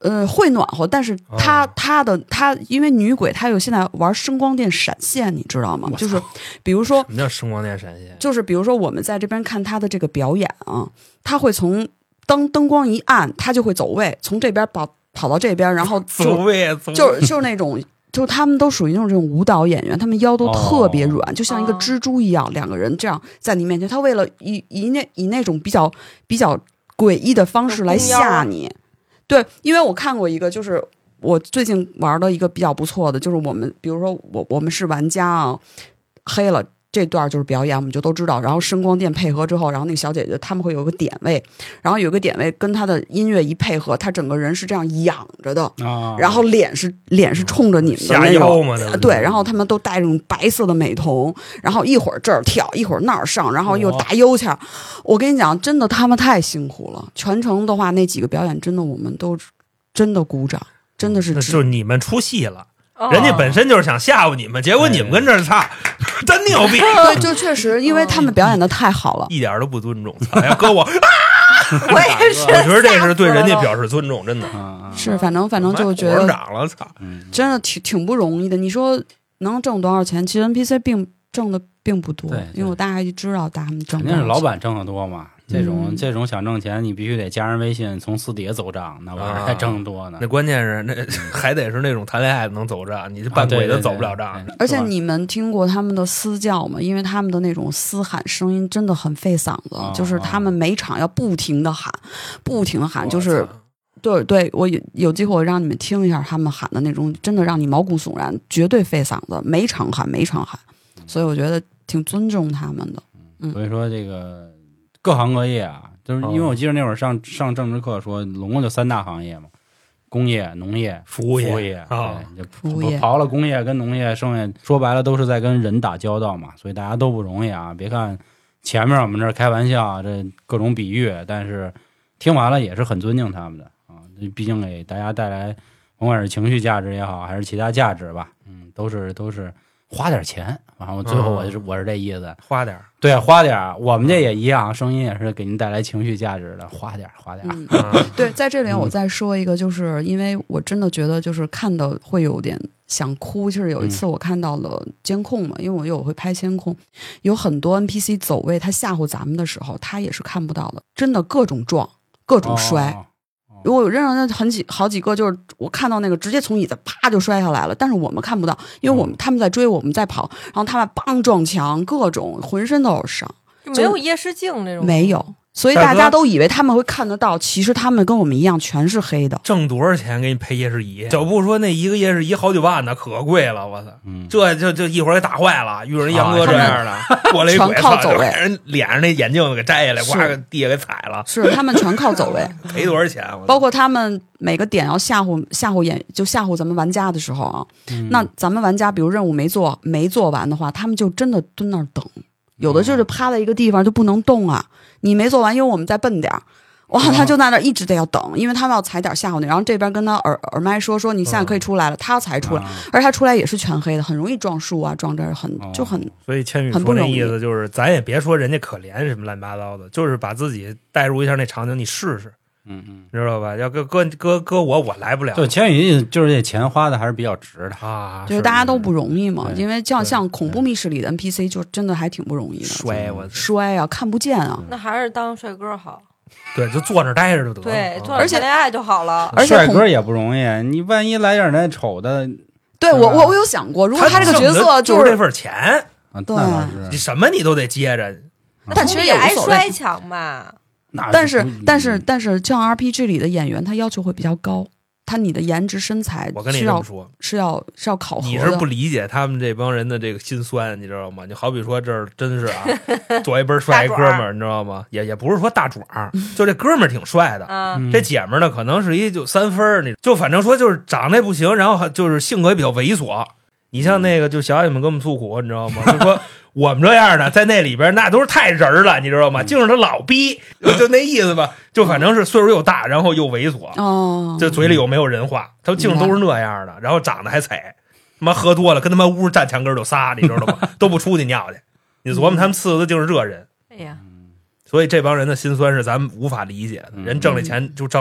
呃，会暖和，但是它、 哦、 它的它，因为女鬼她有现在玩声光电闪现，你知道吗？就是比如说， 什么叫声光电闪现？ 就是比如说我们在这边看她的这个表演啊，她会从灯灯光一暗，她就会走位，从这边跑跑到这边，然后走位，走就是就是那种。就是他们都属于那种这种舞蹈演员，他们腰都特别软， 哦、 就像一个蜘蛛一样，两个人这样在你面前，他为了以以那以那种比较比较诡异的方式来吓你。对，因为我看过一个，就是我最近玩的一个比较不错的，就是我们比如说我我们是玩家啊，黑了。这段就是表演，我们就都知道。然后声光电配合之后，然后那个小姐姐他们会有个点位，然后有个点位跟她的音乐一配合，她整个人是这样仰着的， 啊、 然后脸是脸是冲着你们的那种，对，然后他们都戴这种白色的美瞳，然后一会儿这儿跳，一会儿那儿上，然后又打悠腔。我跟你讲，真的他们太辛苦了。全程的话，那几个表演真的我们都真的鼓掌，真的是， 那就是你们出戏了。人家本身就是想吓唬你们，结果你们跟这儿擦，真牛逼！ 对，就确实，因为他们表演的太好了， 一点都不尊重。要搁我， 我也是， 我觉得这是对人家表示尊重，真的是。反正反正就觉得长了，操， 真的挺挺不容易的。你说能挣多少钱？其实 N P C 并挣的并不多，因为我大概就知道他们挣。 肯定是老板挣的多嘛。这种、 嗯、 这种想挣钱，你必须得加人微信，从私底下走账，那玩意儿还挣多呢。 那关键是那还得是那种谈恋爱能走账，你这扮鬼的走不了账。 啊、对对对而且你们听过他们的嘶叫吗？因为他们的那种嘶喊声音真的很费嗓子， 啊、 就是他们每场要不停的喊，不停的喊，就是对对，我有有机会我让你们听一下他们喊的那种，真的让你毛骨悚然，绝对费嗓子，每场喊每场喊，所以我觉得挺尊重他们的。嗯， 所以说这个各行各业啊。就是因为我记得那会儿上上政治课说，总共就三大行业嘛，工业、农业、 服务业。 服务业， 哦、 对，就服务业刨了工业跟农业，剩下说白了都是在跟人打交道嘛，所以大家都不容易啊。别看前面我们这开玩笑，这各种比喻，但是听完了也是很尊敬他们的啊。毕竟给大家带来，甭管是情绪价值也好，还是其他价值吧，嗯，都是都是花点钱。然后最后我就是、嗯、我是这意思， 花点对，花点我们这也一样，声音也是给您带来情绪价值的，花点花点、 嗯、对，在这里我再说一个，就是因为我真的觉得就是看的会有点想哭。就是有一次我看到了监控嘛，因为我有会拍监控，有很多 N P C 走位，他吓唬咱们的时候他也是看不到的，真的各种撞各种摔、哦我有认识那很几好几个，就是我看到那个直接从椅子啪就摔下来了，但是我们看不到，因为我们、嗯、他们在追，我们在跑，然后他们梆撞墙，各种浑身都有伤， 没有夜视镜那种， 没有，所以大家都以为他们会看得到，其实他们跟我们一样全是黑的。 挣多少钱给你配夜视仪？就不说那一个夜视仪好几万呢，可贵了，我操！嗯、这就就一会儿给打坏了，遇着人杨哥这样的，过来一鬼， 全靠走位， 人脸上那眼镜给摘下来，呱个地下给踩了。 是他们全靠走位， 赔多少钱？ 包括他们每个点要吓唬吓唬演，就吓唬咱们玩家的时候啊，嗯、那咱们玩家比如任务没做没做完的话，他们就真的蹲那儿等。有的就是趴在一个地方就不能动啊，你没做完，因为我们再笨点儿，哇，他就在那一直得要等，因为他们要踩点吓唬你，然后这边跟他耳耳麦说说你现在可以出来了，他要才出来，而他出来也是全黑的，很容易撞树啊，撞这儿很就很。 所以千羽说那意思就是，咱也别说人家可怜什么乱七八糟的，就是把自己带入一下那场景，你试试。嗯嗯，知道吧？要搁搁搁搁我，我来不了。 对，千羽就是这钱花的还是比较值的啊， 就是大家都不容易嘛。因为像像恐怖密室里的 N P C 就真的还挺不容易的， 摔我摔啊，看不见啊。 那还是当帅哥好。 对，就坐那待着就得了。 对，坐那谈恋爱就好了。 而且帅哥也不容易，你万一来点那丑的， 对我我我有想过，如果他这个角色就是这份钱， 对， 你什么你都得接着。 但其实也爱摔墙嘛。 但是但是但是像 R P G 里的演员，他要求会比较高，他你的颜值身材我跟你这么说是要是要考核的。 你是不理解他们这帮人的这个心酸，你知道吗？你好比说这儿真是啊，左一边帅一哥们儿，你知道吗？也也不是说大爪，就这哥们儿挺帅的， 嗯、 这姐们儿呢可能是一就三分，你就反正说就是长得也不行，然后就是性格也比较猥琐。你像那个就小姐们跟我们诉苦，你知道吗？就说我们这样的在那里边那都是太人了，你知道吗？净是他老逼，就那意思吧。就反正是岁数又大，然后又猥琐， 哦， 这嘴里又没有人话，他净都是那样的，然后长得还踩，他妈喝多了跟他妈屋站墙根就仨，你知道吗？都不出去尿去。你琢磨他们伺候的就是这人， 哎呀， 所以这帮人的心酸是咱们无法理解的。人挣了钱就挣了。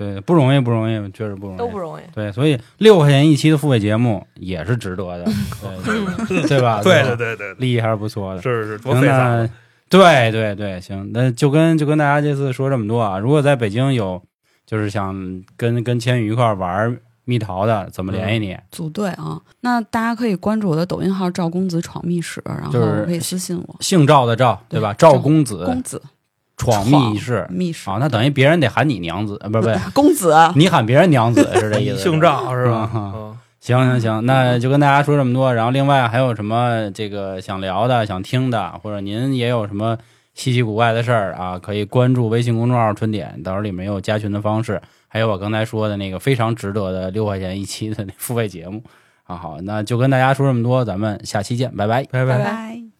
对，不容易，不容易，确实不容易， 都不容易。 对，所以六块钱一期的付费节目也是值得的，对对对吧？ 对对对对， 利益还是不错的。 是是，多费嗓子。 对对对，行，那就跟就跟大家这次说这么多啊。如果在北京有就是想跟跟千羽一块玩蜜桃的，怎么联系你？ 组队啊，那大家可以关注我的抖音号赵公子闯密室，然后可以私信我。 姓赵的赵，对吧？赵公子， 公子闯密室， 密室啊，那等于别人得喊你娘子，不是不是公子， 你喊别人娘子是这意思。 姓赵是吧？ 嗯行行行，那就跟大家说这么多。然后另外还有什么这个想聊的、想听的，或者您也有什么稀奇古怪的事儿啊，可以关注微信公众号春点，到时候里面有加群的方式，还有我刚才说的那个非常值得的六块钱一期的付费节目啊。好，那就跟大家说这么多，咱们下期见，拜拜， 拜拜拜。